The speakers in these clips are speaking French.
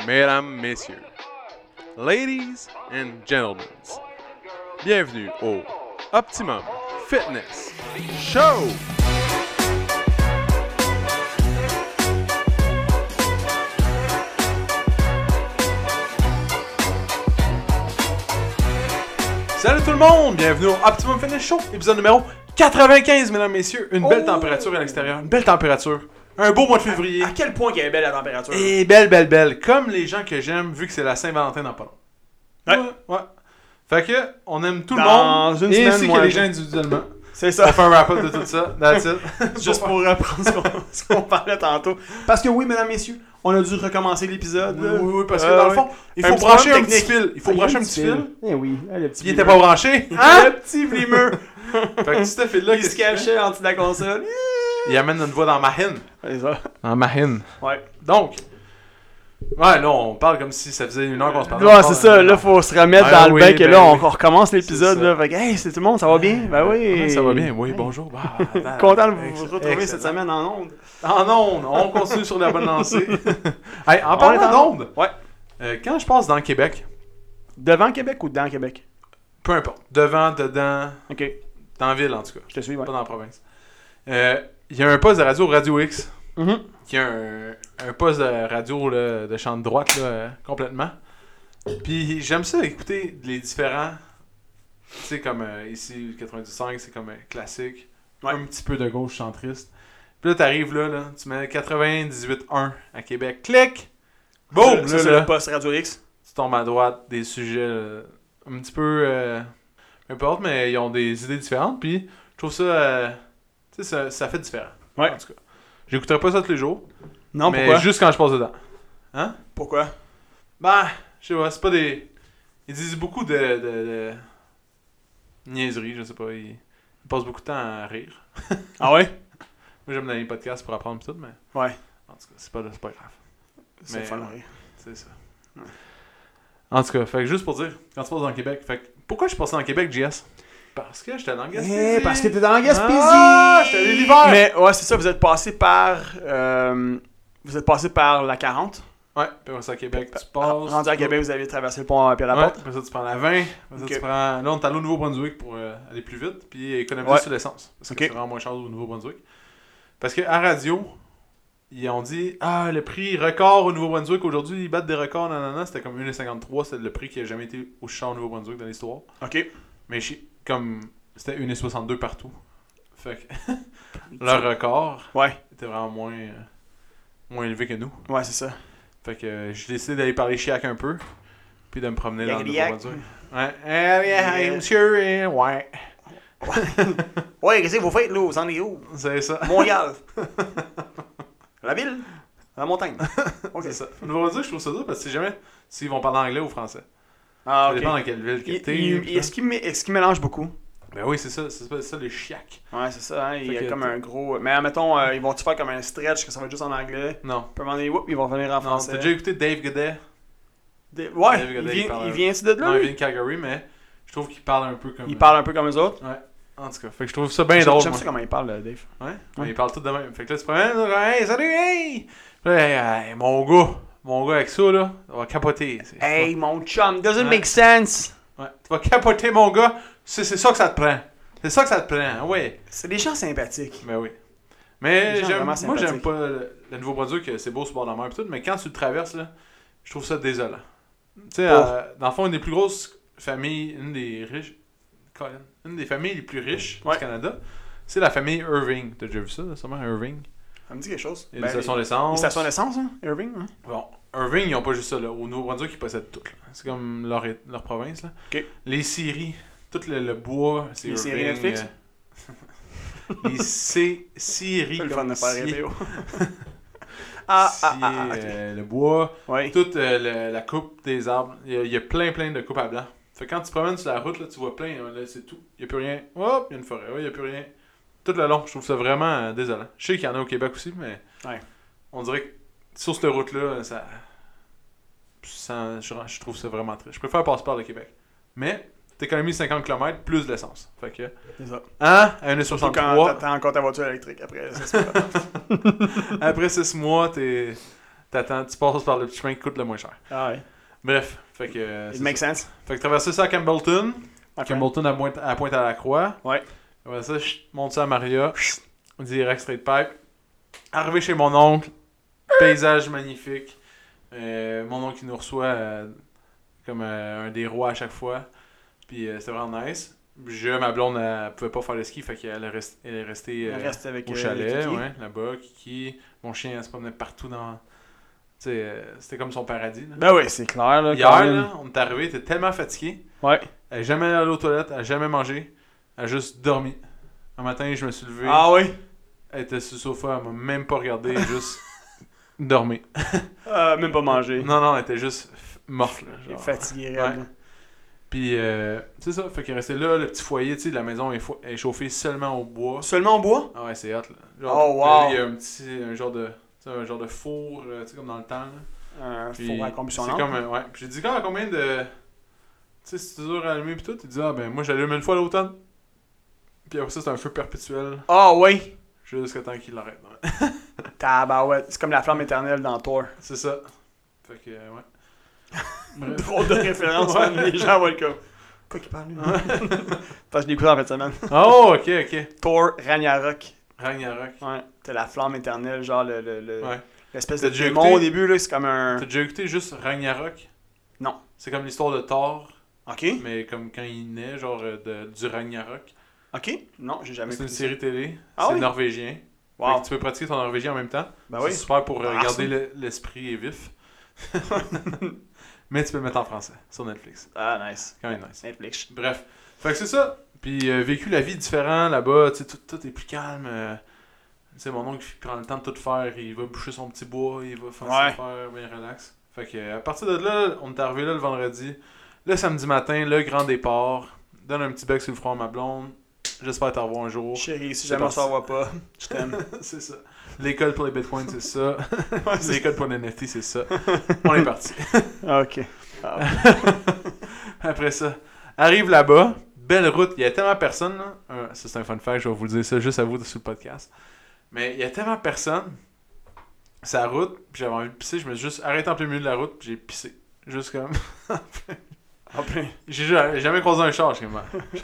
mesdames, messieurs, ladies and gentlemen, bienvenue au Optimum Fitness Show! Salut tout le monde, bienvenue au Optimum Fitness Show, épisode numéro 95, mesdames, messieurs. Une belle température à l'extérieur, une belle température. Un beau mois de février. À quel point qu'elle est belle la température? Et belle. Comme les gens que j'aime, vu que c'est la Saint-Valentin dans pas long. Ouais. Fait que, on aime tout le monde. Une et semaine, ainsi que les gens individuellement. C'est ça. On fait un wrap-up de tout ça. That's it. Juste pour reprendre ce qu'on parlait tantôt. Parce que oui, mesdames, messieurs, on a dû recommencer l'épisode. Oui, parce que dans le fond, il faut brancher un petit fil. Il faut brancher un petit fil. Eh oui, le petit Il était pas branché. Le petit vlimeux. Fait que ce fil-là, Il se cachait en dessous de la console. Il amène notre voix dans ma haine. C'est ça. Dans ma haine. Ouais. Donc, ouais, là, on parle comme si ça faisait une heure qu'on se parlait. Ouais, c'est ça. Là, faut se remettre dans le bec. Et là, on oui. recommence l'épisode. C'est Là. Fait que, hey, c'est tout le monde, ça va bien? Ben oui. Ouais, ça va bien, oui, bonjour. Content de vous retrouver cette semaine en ondes. En ondes, on continue sur la bonne lancée. Hey, en parlant d'ondes, Ouais. quand je passe dans Québec, Devant Québec ou dans Québec? peu importe, devant, dedans, Ok. dans la ville en tout cas, Je te suis, ouais. pas dans la province, il y a un poste de radio, Radio X, Mhm. qui a un poste de radio là, de champ de droite là, complètement. Puis j'aime ça écouter les différents, tu sais comme ici 95 c'est comme classique, Ouais. un petit peu de gauche centriste. Puis là t'arrives là, tu mets 98.1 à Québec, clic, boum, Ça, c'est là, le poste Radio X. tu tombes à droite des sujets un petit peu peu importe, mais ils ont des idées différentes. Puis je trouve ça, tu sais, ça fait différent. Ouais. En tout cas, j'écouterai pas ça tous les jours. Non, mais pourquoi? juste quand je passe dedans. Hein? Pourquoi? Ben, je sais pas, c'est pas des... Ils disent beaucoup de niaiseries, je sais pas. Ils passent beaucoup de temps à rire. Ah ouais? Moi, j'aime dans les podcasts pour apprendre pis tout, mais... Ouais. En tout cas, c'est pas grave. C'est Mais, fun, ouais. oui. C'est ça. Ouais. En tout cas, fait que juste pour dire, quand tu passes dans le Québec, fait que... Pourquoi je suis passé dans le Québec, JS? Parce que j'étais dans le Gaspésie. Parce que t'es dans la Gaspésie! Ah, j'étais allé l'hiver! Mais ouais, c'est ça, vous êtes passé par... la 40. Ouais, puis après ça, à Québec, tu passes... Rendu à Québec, vous avez traversé le pont Pierre-Laporte. Ouais, après ça, tu prends la 20. Après ça, Ok. tu prends... Là, on est allé au Nouveau-Brunswick pour aller plus vite, puis économiser Ouais. sur l'essence. Parce que Ok. c'est vraiment moins cher au Nouveau-Brunswick. Parce qu'à radio, ils ont dit « Ah, le prix record au Nouveau-Brunswick, aujourd'hui, ils battent des records, nanana. » C'était comme 1,53, c'était le prix qui a jamais été aussi cher au Nouveau-Brunswick dans l'histoire. OK. Mais comme c'était 1,62 partout. Fait que leur record Ouais. était vraiment moins élevé que nous. Ouais, c'est ça. Fait que j'ai décidé d'aller parler chiac un peu, puis de me promener dans le Yakriak. Nouveau-Brunswick. Ouais, monsieur, ouais. Ouais, qu'est-ce que vous faites, là? Vous en êtes où? C'est ça. Montréal. La ville? La montagne. OK. C'est ça. Au Nouveau-Brunswick, je trouve ça dur parce que c'est jamais s'ils vont parler anglais ou français. Ah, Ça OK. dépend dans quelle ville que t'es. Est-ce qu'il mélange beaucoup? Ben oui, c'est ça le chiac. Ouais, c'est ça, hein. Il y Fait a que comme un gros... Mais admettons, ils vont-tu faire comme un stretch que ça va être juste en anglais? Non. Puis à un moment donné, whoop, ils vont revenir en Non, français. t'as déjà écouté Dave Godet? Ouais, Dave Godet, il vient-tu de là? Non, il lui? vient de Calgary, mais je trouve qu'il parle un peu comme... Il parle un peu comme eux autres? Ouais. En tout cas, fait que je trouve ça bien drôle. J'aime moi. ça comment il parle, Dave. Ouais? Ouais. Ils parlent tous de même. Fait que là, tu prends, hey, salut, hey! Puis là, hey, mon gars avec ça, là, on va capoter. Hey, mon chum, doesn't Ouais. make sense! Ouais, tu vas capoter, mon gars. C'est ça que ça te prend. C'est ça que ça te prend, ouais. C'est des gens sympathiques. Ben oui. Mais Les gens vraiment moi, sympathiques. j'aime pas le Nouveau-Brunswick, c'est beau sur le bord de la mer et tout, mais quand tu le traverses, là, je trouve ça désolant. Tu sais, dans le fond, une des plus grosses familles, une des familles les plus riches Ouais. du Canada, c'est la famille Irving. T'as déjà vu ça, sûrement, Irving? Ça me dit quelque chose. Il y a des stations d'essence. Les stations d'essence, hein? Irving, hein? Bon, Irving, ils ont pas juste ça, là. Au Nouveau-Brunswick, ils possèdent tout, là. C'est comme leur province, là. Ok. Les scieries, tout le bois, c'est Les Irving. séries Netflix? Les scieries, C'est le fun comme de faire scier. rêver. Le bois, Ouais. toute la coupe des arbres. Il y a plein de coupes à blanc. Fait que quand tu te promènes sur la route, là, tu vois plein, là, c'est tout. Il n'y a plus rien. Hop, il y a une forêt. Il n'y a plus rien. Tout le long, je trouve ça vraiment désolant. Je sais qu'il y en a au Québec aussi, mais Ouais. on dirait que sur cette route-là, je trouve ça vraiment triste. Je préfère passer par le Québec. Mais t'économises 50 km plus l'essence. Fait que, C'est ça. hein, à Surtout 1,63. quand t'as encore ta voiture électrique après. C'est ça. Après 6 mois, tu passes par le petit chemin qui coûte le moins cher. Ah ouais. Bref, fait que. It makes sense. Fait que traverser ça à Campbellton. Ok. Campbellton à Pointe-à-la-Croix. Ouais. Après ça, je monte ça à Maria. Direct straight pipe. Arrivé chez mon oncle. Paysage magnifique. Mon oncle qui nous reçoit comme un des rois à chaque fois. Puis c'était vraiment nice. Ma blonde, elle pouvait pas faire le ski, fait qu'elle est restée Reste avec au chalet, Kiki. ouais, là-bas. Kiki. Mon chien, elle se promenait partout dans. Tu sais, c'était comme son paradis. Là. Ben oui, c'est clair. Là, Hier, quand même. là, on est arrivé, elle était tellement fatiguée. Ouais. Elle n'est jamais allée aux toilettes, elle n'a jamais mangé. Elle a juste dormi. Un matin, je me suis levé. Ah oui? Elle était sur le sofa, elle m'a même pas regardé, elle a juste dormi. Même pas manger. Non, elle était juste morte. Là, genre. Fatigué, Ouais. réellement. Puis, c'est ça, fait qu'elle restait là, le petit foyer, tu sais, la maison est chauffée seulement au bois. Seulement en bois? Ah ouais, c'est hot, là. Oh, wow. Il y a un genre de four, tu sais, comme dans le temps, là. Puis, Four à combustion c'est lente. comme, ouais. Puis j'ai dit, quand combien de... Tu sais, si tu dur à allumer pis tout, il dit, ah ben, moi j'allume une fois à l'automne. Puis après ça, c'est un feu perpétuel. Ah oui! Jusqu'à temps qu'il l'arrête. Ouais. Tabarouette. C'est comme la flamme éternelle dans Thor. C'est ça. Fait que, ouais. Bref. Drôle de référence, Ouais. man. Les gens vont être comme. Quoi qu'il parle, lui? Parce que je l'ai écouté en fin de semaine. Oh, ok. Thor Ragnarok. Ragnarok. Ouais. T'as la flamme éternelle, genre Ouais. l'espèce T'as de déjà démon écouté? au début, là, c'est comme un. T'as déjà écouté juste Ragnarok? Non. C'est comme l'histoire de Thor, Ok. mais comme quand il naît, genre du Ragnarok. Ok. Non, j'ai jamais C'est une écouté. série télé. Ah c'est oui? norvégien. Fait Wow. que tu peux pratiquer ton norvégien en même temps. Ben C'est oui. super pour Ah, garder ça. l'esprit est vif. Mais tu peux le mettre en français sur Netflix. Ah, nice. Quand même nice. Netflix. Bref. Fait que c'est ça. Puis vécu la vie différente là-bas. Tu sais, tout est plus calme. Tu sais, mon oncle il prend le temps de tout faire. Il va boucher son petit bois. Il va faire Ouais. ses affaires. Bien relax. Fait que à partir de là, on est arrivé là le vendredi. Le samedi matin, le grand départ. Donne un petit bec sur le front à ma blonde. J'espère te revoir un jour. Chérie, si C'est jamais on parti. s'en va pas, je t'aime. C'est ça. L'école pour les bitcoins, c'est ça. Ouais, c'est- L'école pour les NFT, c'est ça. On est parti. Ok. Ah. Après ça, arrive là-bas. Belle route. Il y a tellement personne. Là. Ça, c'est un fun fact. Je vais vous le dire ça juste à vous sur le podcast. Mais il y a tellement personne. C'est la route. Puis j'avais envie de pisser. Je me suis juste arrêté en plein milieu de la route. Puis j'ai pissé. Juste comme. En plein. J'ai jamais croisé un char, chez moi.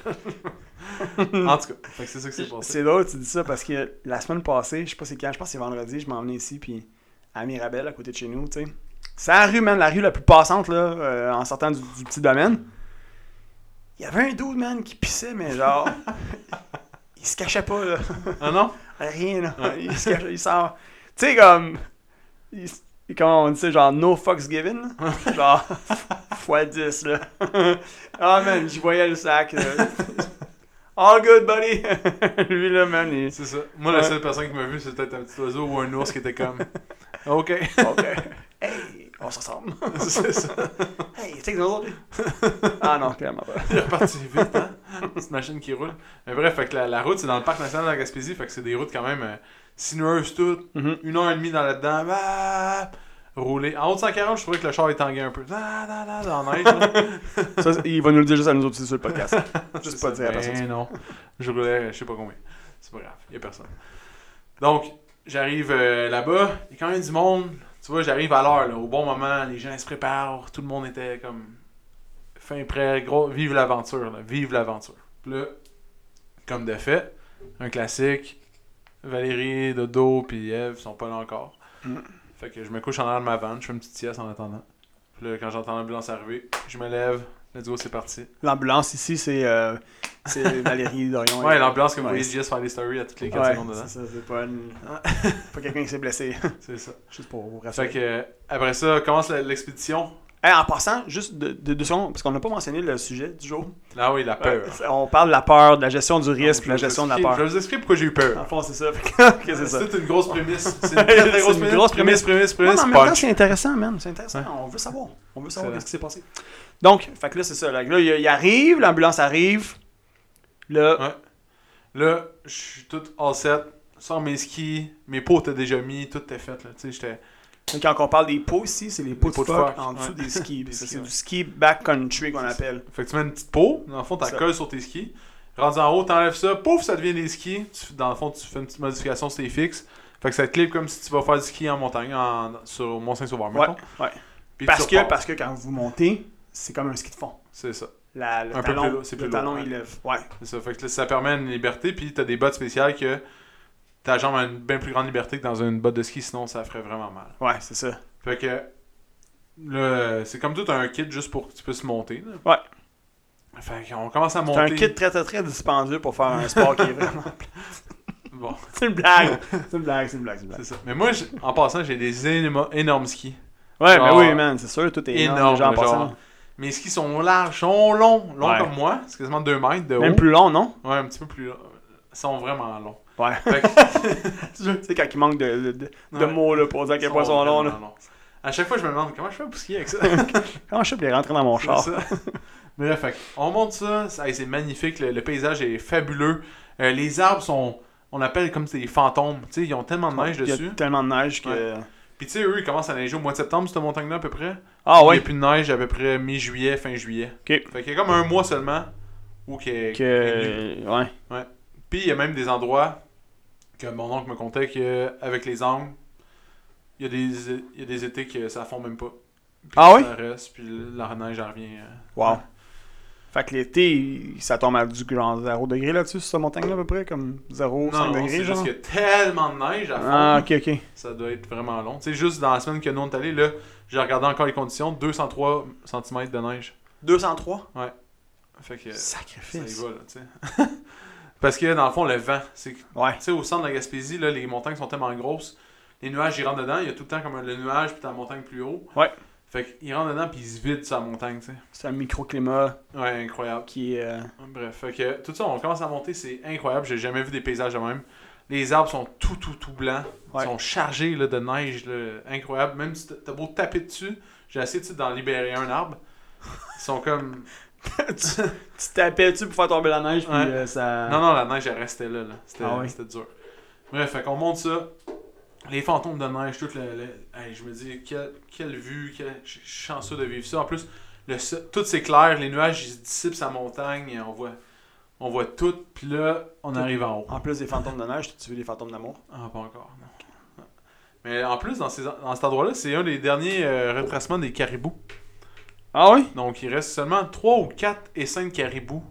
En tout cas, fait que c'est ça qui s'est passé. C'est drôle, tu dis ça parce que la semaine passée, je sais pas c'est quand, je pense que c'est vendredi, je m'en venais ici, puis à Mirabel, à côté de chez nous, tu sais. C'est la rue, man, la rue la plus passante, là, en sortant du petit domaine. Il y avait un dude, man, qui pissait, mais genre. Il se cachait pas, là. Ah non? Rien, là. Il se cachait, il sort. Tu sais, comme. Comment on dit ça, genre no fucks given, là. Genre, x10, là. Ah, man, j'y voyais le sac, là. All good, buddy! Lui, là, man, il... C'est ça. Moi, la seule personne qui m'a vu, c'est peut-être un petit oiseau ou un ours qui était comme. Ok. OK. Hey, on s'en ressemble. C'est ça. Hey, take the load. Ah non, clairement pas. Il est reparti vite, hein? C'est une machine qui roule. Mais bref, fait que la route, c'est dans le parc national de la Gaspésie, fait que c'est des routes quand même sinueuses toutes. 1h30 dans là-dedans. Rouler. En haut de 140, je trouvais que le char est tangué un peu. Dans la neige. Là. Ça, il va nous le dire juste à nous autres aussi sur le podcast. C'est Juste pas ça. dire à personne. Ben non. Je roulais, je sais pas combien. C'est pas grave, il y a personne. Donc, j'arrive là-bas, il y a quand même du monde. Tu vois, j'arrive à l'heure, là, au bon moment, les gens se préparent, tout le monde était comme fin prêt, gros, vive l'aventure, là, vive l'aventure. Puis là, comme de fait, un classique, Valérie, Dodo, puis Eve sont pas là encore. Fait que je me couche en arrière de ma vanne, je fais une petite sieste en attendant. Puis là, quand j'entends l'ambulance arriver, je me lève, let's go, c'est parti. L'ambulance ici, c'est Valérie Dorion. Ouais, l'ambulance que vous Ouais, voyez c'est- Jess faire des stories à toutes les 4 Ouais, secondes dedans. c'est ça, c'est pas, pas quelqu'un qui s'est blessé. C'est ça. Juste pour vous Fait rassurer. que, après ça, commence l'expédition. Hey, en passant, juste deux secondes, parce qu'on n'a pas mentionné le sujet du jour. Ah oui, la peur. On parle de la peur, de la gestion du risque, Je puis la vais vous gestion de la expliquer- peur. Je vais vous expliquer pourquoi j'ai eu peur. En fond, c'est ça. Ok, c'est ça. C'est une grosse prémisse. C'est une C'est très, très grosse une prémisse. grosse prémisse, Non, mais en même temps, punch. c'est intéressant, man. C'est intéressant. Ouais. On veut savoir. On veut savoir C'est ce qui s'est passé. Donc, fait que là, c'est ça. Là, il arrive, l'ambulance arrive. Là, Ouais. Là, je suis tout all set. Sans mes skis, mes pots étaient déjà mis, tout était fait. Là. Tu sais, j'étais. quand on parle des pots ici, c'est les pots de pots de fuck fuck, en dessous ouais. des skis. Des Ça, skis, c'est ouais. du ski backcountry qu'on appelle. Fait que tu mets une petite peau, dans le fond, Ça. t'as colle sur tes skis. Rendu en haut, t'enlèves ça, pouf, ça devient des skis. Dans le fond, tu fais une petite modification sur tes fixes. Fait que ça te clip comme si tu vas faire du ski en montagne, sur Mont-Saint-Sauveur, mettons. Ouais. Puis Parce tu repars. que quand vous montez, c'est comme un ski de fond. C'est ça. Le Un peu talon, plus lourd, c'est plus le lourd, talon ouais. il lève. Ouais. C'est ça. Fait que là, ça permet une liberté, puis t'as des bottes spéciales que ta jambe a une bien plus grande liberté que dans une botte de ski, sinon ça ferait vraiment mal. Ouais, c'est ça. Fait que là, c'est comme tout un kit juste pour que tu puisses monter. Là. Ouais. Fait qu'on commence à C'est monter. un kit très très très dispendieux pour faire un sport qui est vraiment. Bon, C'est une blague. C'est une blague. c'est ça. Mais moi, en passant, j'ai des énormes skis. Ouais, Genre, mais oui, man, c'est sûr, tout est énorme. Énorme, Déjà en genre. passant. Mes skis sont larges, sont longs Ouais. comme moi. C'est quasiment 2 mètres de haut. Même plus long, non? Ouais, un petit peu plus long. Ils sont vraiment longs. Ouais. Fait que, Tu sais, quand il manque de Ouais. mots là, pour dire à quel point ils sont longs. Là. vraiment longs. À chaque fois, je me demande comment je fais pour skier avec ça. Comment je peux les rentrer dans mon C'est char? ça. Bref, fait, on monte ça. C'est magnifique. Le paysage est fabuleux. Les arbres sont, on appelle comme des fantômes. Tu sais, ils ont tellement de neige Il y dessus. a tellement de neige que. Ouais. Puis tu sais, eux, ils commencent à neiger au mois de septembre, cette montagne-là, à peu près. Ah Il n'y ouais. a plus de neige à peu près mi-juillet, fin juillet. Ok. Fait qu'il y a comme un mois seulement où qu'il est nu. Ouais. Puis il y a même des endroits que mon oncle me contait qu'avec les angles, il y a des étés que ça fond même pas. Puis Ah oui? ça reste, puis la neige, elle revient. Wow. Fait que l'été, ça tombe à du genre 0 degré là-dessus, sur cette montagne-là à peu près, comme 0, Non, 5 non, degrés c'est genre. juste qu'il y a tellement de neige à fond. Ah, ok. Ça doit être vraiment long. Tu sais, juste dans la semaine que nous on est allés, là, j'ai regardé encore les conditions, 203 cm de neige. 203? Fait que ça y Sacrifice. va, là, tu sais. Parce que dans le fond, le vent, c'est... Tu Ouais. sais, au centre de la Gaspésie, là, les montagnes sont tellement grosses, les nuages, ils rentrent dedans, il y a tout le temps comme le nuage, puis t'as la montagne plus haut. Ouais. Fait qu'ils rentrent dedans, puis ils se vident sur la montagne, tu sais. C'est un microclimat Ouais, incroyable. qui est. Bref, fait que tout ça, on commence à monter, c'est incroyable, j'ai jamais vu des paysages de même. Les arbres sont tout blancs, Ouais. ils sont chargés là, de neige, là, incroyable. Même si t'as beau taper dessus, j'ai essayé d'en libérer un arbre. Ils sont comme... Tu tapais dessus pour faire tomber la neige, puis Ouais. ça. Non, la neige, elle restait là. C'était Ah oui. c'était dur. Bref, fait qu'on monte ça. Les fantômes de neige, tout hey, je me dis, quelle vue, je suis chanceux de vivre ça. En plus, tout c'est clair, les nuages, ils se dissipent sa montagne, et on voit tout, puis là, on arrive en haut. En plus des fantômes de neige, tu veux des fantômes d'amour? Ah, pas encore, non. Mais en plus, dans cet endroit-là, c'est un des derniers retracements des caribous. Ah oui? Donc, il reste seulement 3 ou 4 essaims de caribous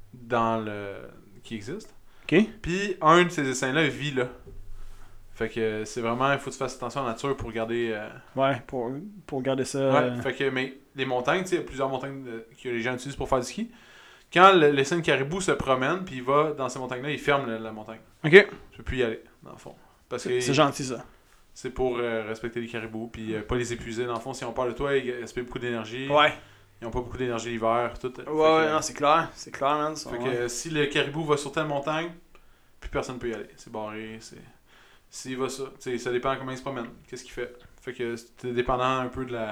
qui existent. Ok. Puis, un de ces essaims-là vit là. Fait que c'est vraiment, il faut que tu fasses attention à la nature pour garder... Ouais, pour garder ça. Ouais, fait que, mais les montagnes, tu sais, il y a plusieurs montagnes que les gens utilisent pour faire du ski. Quand l'essaim de caribou se promène, puis il va dans ces montagnes-là, il ferme la montagne. Ok. Tu peux plus y aller, dans le fond. Parce que C'est gentil ça. c'est pour respecter les caribous, puis pas les épuiser. Dans le fond, si on parle de toi, ils gaspillent beaucoup d'énergie. Ouais. Ils n'ont pas beaucoup d'énergie l'hiver. Tout. Ouais, non, c'est clair. C'est clair, man. Fait que si le caribou va sur telle montagne, plus personne peut y aller. C'est barré. S'il va ça, ça dépend comment il se promène. Qu'est-ce qu'il fait. Fait que c'est dépendant un peu de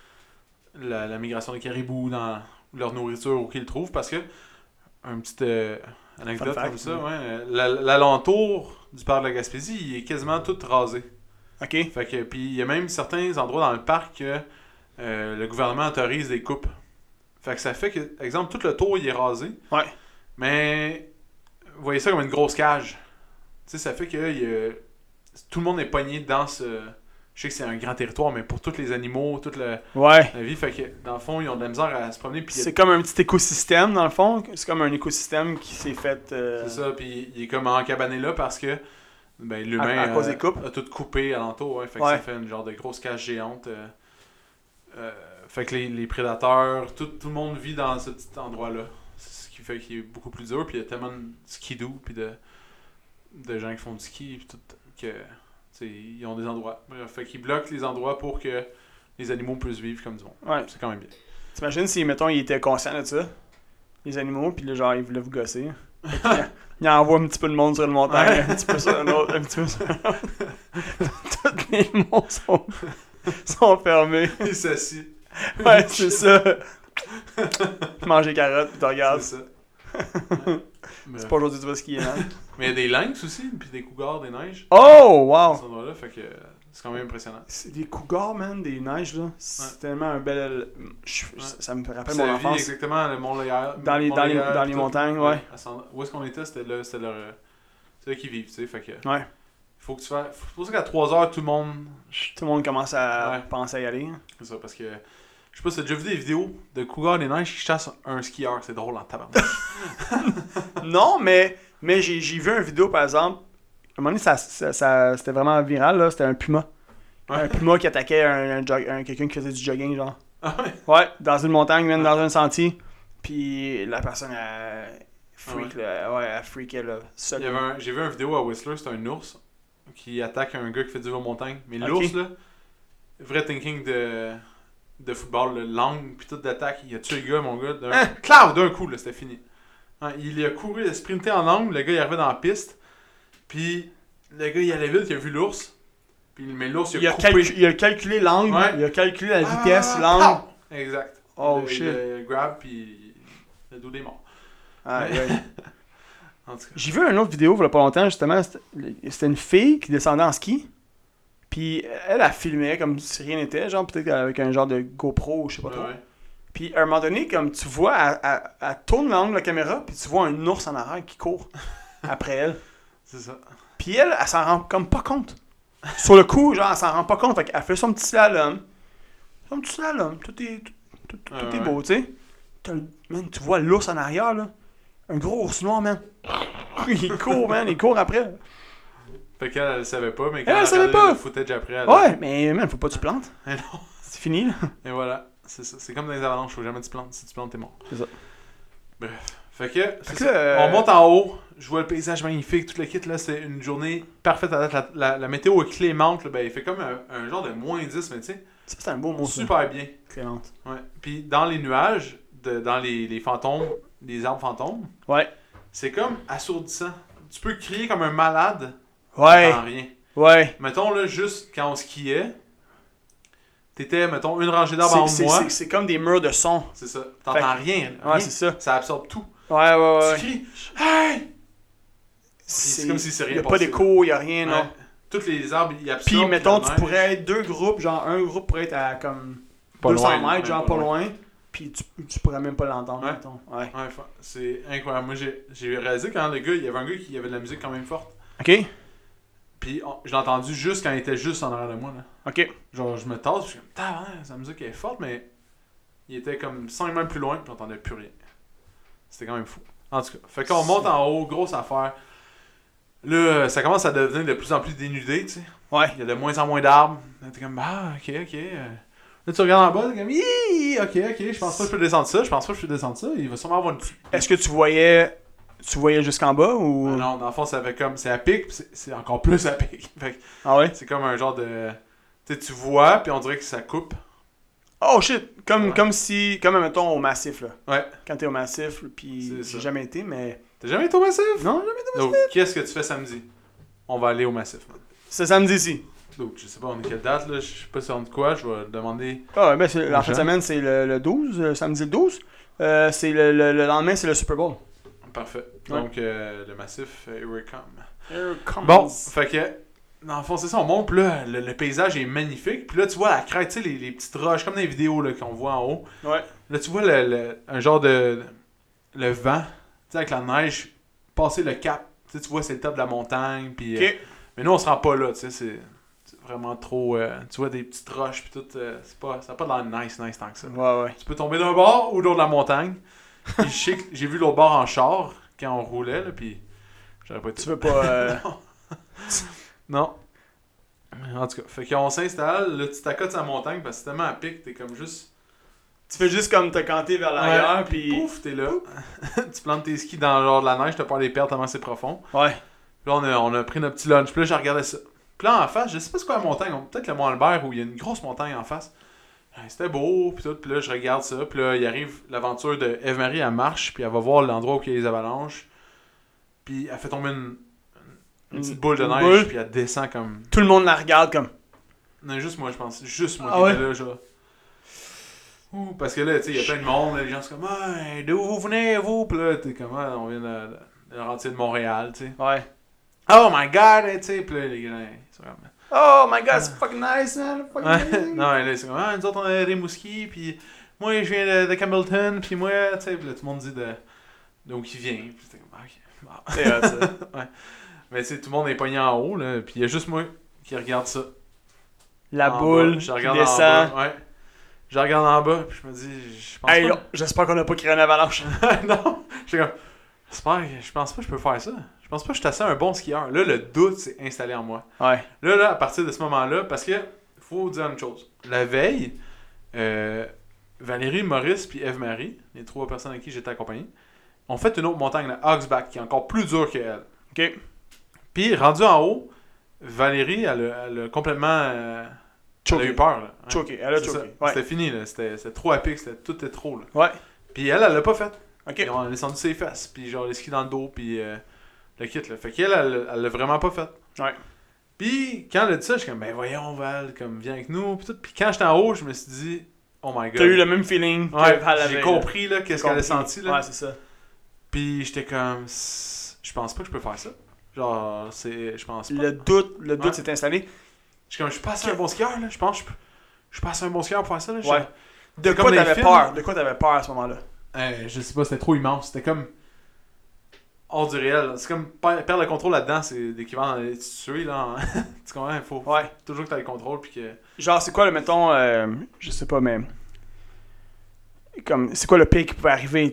la migration des caribous dans leur nourriture ou qu'ils le trouvent. Parce que, un petit anecdote fact, comme ça, ouais, l'alentour du parc de la Gaspésie, il est quasiment tout rasé. Ok. Fait que, puis il y a même certains endroits dans le parc que le gouvernement autorise des coupes. Fait que ça fait que, exemple, tout le tour il est rasé. Ouais. Mais vous voyez ça comme une grosse cage. Tu sais, ça fait que tout le monde est pogné dans ce. Je sais que c'est un grand territoire, mais pour tous les animaux, toute la Ouais. vie, fait que dans le fond, ils ont de la misère à se promener. Puis C'est comme un petit écosystème, dans le fond. C'est comme un écosystème qui s'est fait. c'est ça, puis il est comme encabané là parce que ben, l'humain À cause des coupes. a tout coupé alentour. Ouais, fait que Ouais. ça fait une genre de grosse cage géante. Fait que les prédateurs, tout le monde vit dans ce petit endroit-là. C'est ce qui fait qu'il est beaucoup plus dur. Puis il y a tellement de skidoo, puis de gens qui font du ski, puis tout, que ils ont des endroits. Bref, fait qu'ils bloquent les endroits pour que les animaux puissent vivre comme du monde. Ouais. C'est quand même bien. T'imagines si, mettons, il était conscient de ça, les animaux, puis là, genre, il voulait vous gosser. Il envoie un petit peu de monde sur une montagne, un petit peu sur un autre, un petit peu sur un autre. Tous les monts sont fermés. Il s'assit. Ouais, c'est ça. Mange des carottes, puis tu regardes. C'est ça. C'est pas aujourd'hui que tu vas skier, hein. Mais il y a des lynx aussi, puis des cougars, des neiges. Oh, Dans wow! cet endroit-là, fait que c'est quand même impressionnant. C'est des cougars, man, des neiges, là. C'est tellement un bel... Ça me rappelle Ça mon vit enfance. exactement le Mont-Léal. Dans les montagnes, ouais. Où est-ce qu'on était, c'était là. C'est là qu'ils vivent, tu sais, fait que... Ouais. faut que tu fasses. C'est pour ça qu'à 3h, tout le monde. Tout le monde commence à Ouais. penser à y aller. C'est ça, parce que. Je sais pas si t'as déjà vu des vidéos de Cougar des Neiges qui chassent un skieur. C'est drôle en tabarnak. Non, mais j'ai vu une vidéo, par exemple. À un moment donné, c'était vraiment viral, là. C'était un puma. Ouais. Un puma qui attaquait quelqu'un qui faisait du jogging, genre. Ah ouais? Ouais, dans une montagne, même dans un sentier. Puis la personne, elle freak, là. Ouais, elle freakait, là. Seul. J'ai vu une vidéo à Whistler, c'est un ours qui attaque un gars qui fait du vélo montagne. Mais Ok. l'ours, là, vrai thinking de football, l'angle, puis tout d'attaque, il a tué le gars, mon gars. D'un coup, là, c'était fini. Hein, il a couru, il a sprinté en angle, le gars, il arrivait dans la piste. Puis le gars, il allait vite, il a vu l'ours. Mais l'ours, il a coupé. Il a calculé l'angle, Ouais. il a calculé la vitesse, l'angle. Exact. Oh, il shit. a grab, puis le dos est mort. Ah, Ouais. ouais. En tout cas. J'ai vu une autre vidéo, il y a pas longtemps, justement. C'était une fille qui descendait en ski. Puis elle filmait comme si rien n'était, genre peut-être avec un genre de GoPro ou je sais pas trop. Ouais. Puis à un moment donné, comme tu vois, elle tourne l'angle de la caméra, puis tu vois un ours en arrière qui court après elle. C'est ça. Puis elle s'en rend comme pas compte. Sur le coup, genre, elle s'en rend pas compte. Fait qu'elle fait son petit slalom. Son petit slalom. Tout est beau, tu sais. Man, tu vois l'ours en arrière, là. Un gros ours noir, man. Il court, man. Il court après. Fait qu'elle, elle savait pas, mais quand Elle elle savait regardait pas. le footage après, elle Ouais, mais man, faut pas que tu plantes. Eh non. C'est fini, là. Et voilà, c'est ça. C'est comme dans les avalanches, faut jamais te planter. Si tu plantes, t'es mort. C'est ça. Bref. Fait que, c'est que ça. là, On monte en haut, je vois le paysage magnifique, tout le kit, là, c'est une journée parfaite à date. La météo est clémente, là, ben, il fait comme un genre de -10, mais tu sais, Ça, c'est un beau mot, ça. super bien. Clémente. Ouais. Puis dans les nuages, dans les fantômes, les arbres fantômes, Ouais. c'est comme assourdissant. Tu peux crier comme un malade, Ouais. t'entends rien. Ouais. Mettons, là, juste quand on skiait, t'étais, mettons, une rangée d'arbres en haut de moi. C'est comme des murs de son. C'est ça. T'entends rien. Ouais, c'est ça. Ça absorbe tout. Ouais, ouais, ouais. Tu cries « Hey! » C'est comme si c'est rien Il n'y a pas passé, d'écho, il n'y a rien, non. Ouais. Tous les arbres, ils absorbent. Puis, mettons, la tu neige. pourrais être deux groupes, genre un groupe pourrait être à comme Pas 200 loin, mètres, genre ouais, pas loin. Puis tu pourrais même pas l'entendre, Ouais. mettons. Ouais. Ouais, c'est incroyable. Moi, j'ai réalisé quand le gars, il y avait un gars qui avait de la musique quand même forte. Ok? Puis je l'ai entendu juste quand il était juste en arrière de moi. Là. Ok. Genre, je me tasse, je suis comme, tabarnak, sa musique est forte, mais il était comme 5 mètres plus loin, puis j'entendais plus rien. C'était quand même fou. En tout cas, fait qu'on monte en haut, grosse affaire. Là, ça commence à devenir de plus en plus dénudé, tu sais. Ouais. Il y a de moins en moins d'arbres. Là, t'es comme, ok. Là, tu regardes en bas, t'es comme, ok, je pense pas que je peux descendre ça, il va sûrement avoir une... Est-ce que tu voyais jusqu'en bas ou. Non, dans le fond, ça fait comme, c'est à pic, puis c'est encore plus à pic. Fait que Ah ouais? c'est comme un genre de... Tu sais, tu vois, puis on dirait que ça coupe. Oh shit! Comme mettons au massif, là. Ouais. Quand t'es au massif, puis C'est j'ai ça. jamais été, mais. T'as jamais été au massif? Non, jamais été. Donc, qu'est-ce que tu fais samedi? On va aller au massif, man. C'est samedi ici. Donc, je sais pas, on est quelle date, là, je sais pas sur de quoi, je vais demander... Ah ouais, ben en fin de gens. semaine, c'est le 12, samedi le 12. C'est le lendemain, c'est le Super Bowl. Parfait. Ouais. Donc, le massif, here we come. Here comes. Bon, fait que, dans le fond, c'est ça, on monte, puis là, le paysage est magnifique, puis là, tu vois la crête, tu sais, les petites roches, comme dans les vidéos là, qu'on voit en haut. Ouais. Là, tu vois un genre de... le vent, tu sais, avec la neige, passer le cap. Tu sais, tu vois, c'est le top de la montagne, puis... Ok. mais nous, on se rend pas là, tu sais, c'est vraiment trop... tu vois, des petites roches, puis tout, ça n'a pas de l'air nice tant que ça. Ouais. Tu peux tomber d'un bord ou de l'autre de la montagne. Puis je sais que j'ai vu l'autre bord en char, quand on roulait, là, puis j'aurais pas été... Tu veux pas. Non. En tout cas, fait qu'on s'installe, là, tu t'accotes sur la montagne, parce que c'est tellement à pic, t'es comme juste... Tu fais juste comme te canter vers l'arrière, Ouais, puis. pouf, t'es là. Tu plantes tes skis dans genre de la neige, t'as peur de les perdre tellement c'est profond. Ouais. Puis là, on a pris notre petit lunch, puis là, j'ai regardé ça. Puis là, en face, je sais pas c'est quoi la montagne, peut-être le Mont Albert, où il y a une grosse montagne en face. C'était beau, puis tout, puis là, je regarde ça, puis là, il arrive l'aventure de Eve-Marie, elle marche, puis elle va voir l'endroit où il y a les avalanches, puis elle fait tomber une petite boule de Une neige, boule. puis elle descend comme... Tout le monde la regarde comme. Non, juste moi, je pense, juste moi Ah qui ouais? étais là, genre... Ouh, parce que là, tu sais, il y a plein de monde, là, les gens sont comme « Ah, d'où vous venez, vous? » Puis là, t'es comme ah, « On vient de rentrer de Montréal, tu sais. Ouais. Oh my God! » Tu sais, puis là, les gars, ils sont comme... Oh my god, c'est fucking nice, man. Fucking Ouais, amazing. non, là, c'est comme, nous autres, on est à Rimouski, puis moi, je viens de Campbellton, puis moi, tu sais, puis là, tout le monde dit d'où il vient, puis t'es comme, ok, bon. C'est hot, ça. Ouais. Mais tu sais, tout le monde est pogné en haut, là, puis il y a juste moi qui regarde ça. La En boule bas, je qui regarde descend. en bas, ouais. Je regarde en bas, puis je me dis, je pense Hey, pas... oh, j'espère qu'on a pas créé une avalanche. non, j'étais comme, je pense pas que je peux faire ça. Je pense pas que je suis assez un bon skieur. Là, le doute s'est installé en moi. Ouais. Là, à partir de ce moment-là, parce que, faut dire une chose. La veille, Valérie, Maurice puis Eve-Marie, les 3 personnes avec qui j'étais accompagné, ont fait une autre montagne, la Hogsback, qui est encore plus dure qu'elle. OK. Puis, rendu en haut, Valérie, elle a complètement... elle a eu peur, là. Ouais. Choqué. Elle a C'est choqué. ça. Ouais. C'était fini, là. C'était trop à pic, tout était trop, là. Ouais. Puis elle l'a pas fait. OK. Puis on a descendu ses fesses, puis genre les skis dans le dos, puis le kit, là. Fait qu'elle, elle l'a vraiment pas fait. Ouais. Puis quand elle a dit ça, je suis comme, ben voyons, Val, comme, viens avec nous, puis tout. Puis quand j'étais en haut, je me suis dit, oh my god. T'as eu le même feeling que Ouais, Val avait. j'ai compris, là, qu'est-ce qu'elle a senti, là. Ouais, c'est ça. Puis j'étais comme, je pense pas que je peux faire ça. Genre, je pense pas. Le doute Ouais. s'est installé. Je suis comme, je suis pas assez un bon skieur, là. Je pense que je suis pas assez un bon skieur pour faire ça, là. Ouais. De comme quoi les t'avais films. peur? De quoi t'avais peur à ce moment-là? Je sais pas, c'était trop immense. C'était comme hors du réel. C'est comme perdre le contrôle là-dedans, c'est l'équivalent de te tuer, là. Tu comprends? Il faut Ouais. toujours que tu aies le contrôle. Puis que... Genre, c'est quoi, mettons, je sais pas, mais. Comme, c'est quoi le pire qui pouvait arriver?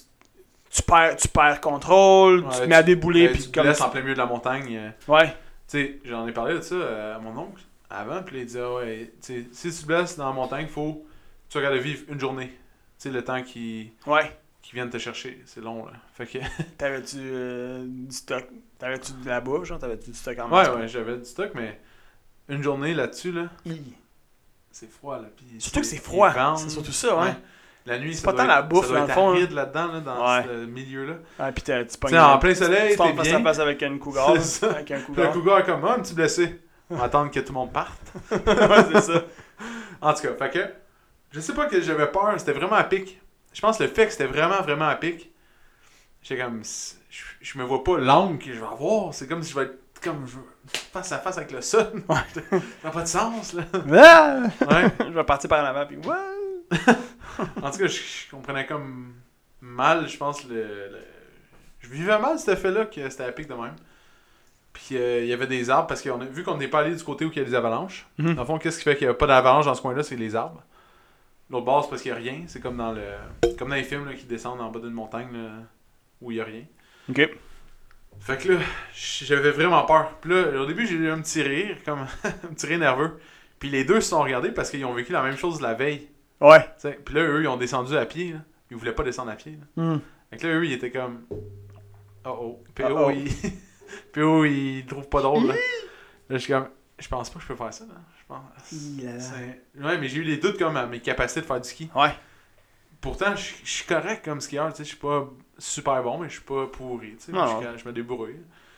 Tu perds contrôle, tu te mets à débouler, puis tu te comme. laisses en plein milieu de la montagne. Ouais. Tu sais, j'en ai parlé de ça à mon oncle avant, puis il disait, ouais, tu sais, si tu te blesses dans la montagne, faut que tu regardes vivre une journée. Tu sais, le temps qu'ils viennent te chercher, c'est long, là. Fait que. T'avais-tu du stock? T'avais-tu de la bouffe, genre? T'avais-tu du stock en Ouais, masse? ouais, j'avais du stock, mais une journée là-dessus, là, Hi. c'est froid, là. Puis Surtout que c'est froid. ils vendent. C'est surtout ça, ouais. La nuit, C'est ça pas doit tant la être- bouffe, ça doit dans le être fond, aride là-dedans, là, dans Ouais. ce milieu-là. Ouais, pis tu Tu pognes. sais, en plein soleil, tu tombes t'es face à bien. face avec une cougar. C'est ça. Avec un Puis le cougar. cougar est comme, un petit blessé. On va attendre que tout le monde parte. Ouais, c'est ça. En tout cas, fait que, je sais pas que j'avais peur, c'était vraiment à pic. Je pense que le fait que c'était vraiment, vraiment à pic, j'étais comme, je me vois pas l'angle que je vais avoir. C'est comme si je vais être comme face à face avec le sol. Ça n'a pas de sens, là. Ah! Ouais. Je vais partir par en avant, puis ouais. En tout cas, je comprenais comme mal, je pense, je vivais mal cet effet-là que c'était à pic de même. Puis il y avait des arbres, parce qu'on a vu qu'on n'est pas allé du côté où il y a des avalanches. Mhm. Dans le fond, qu'est-ce qui fait qu'il n'y a pas d'avalanche dans ce coin-là, c'est les arbres. L'autre bord, c'est parce qu'il n'y a rien. C'est comme dans les films là, qui descendent en bas d'une montagne là, où il n'y a rien. Ok. Fait que là, j'avais vraiment peur. Puis là, au début, j'ai eu un petit rire, comme un petit rire nerveux. Puis les deux se sont regardés parce qu'ils ont vécu la même chose la veille. Ouais. T'sais. Puis là, eux, ils ont descendu à pied. Là. Ils voulaient pas descendre à pied. Là. Hmm. Fait que là, eux, ils étaient comme... Oh. PO, Uh-oh. PO, il trouve pas drôle. Là, je suis comme... Je pense pas que je peux faire ça. Là. Je pense... Ouais, mais j'ai eu des doutes comme à mes capacités de faire du ski. Ouais. Pourtant, je suis correct comme skieur. Je suis pas super bon, mais je suis pas pourri. Non. Je me débrouille.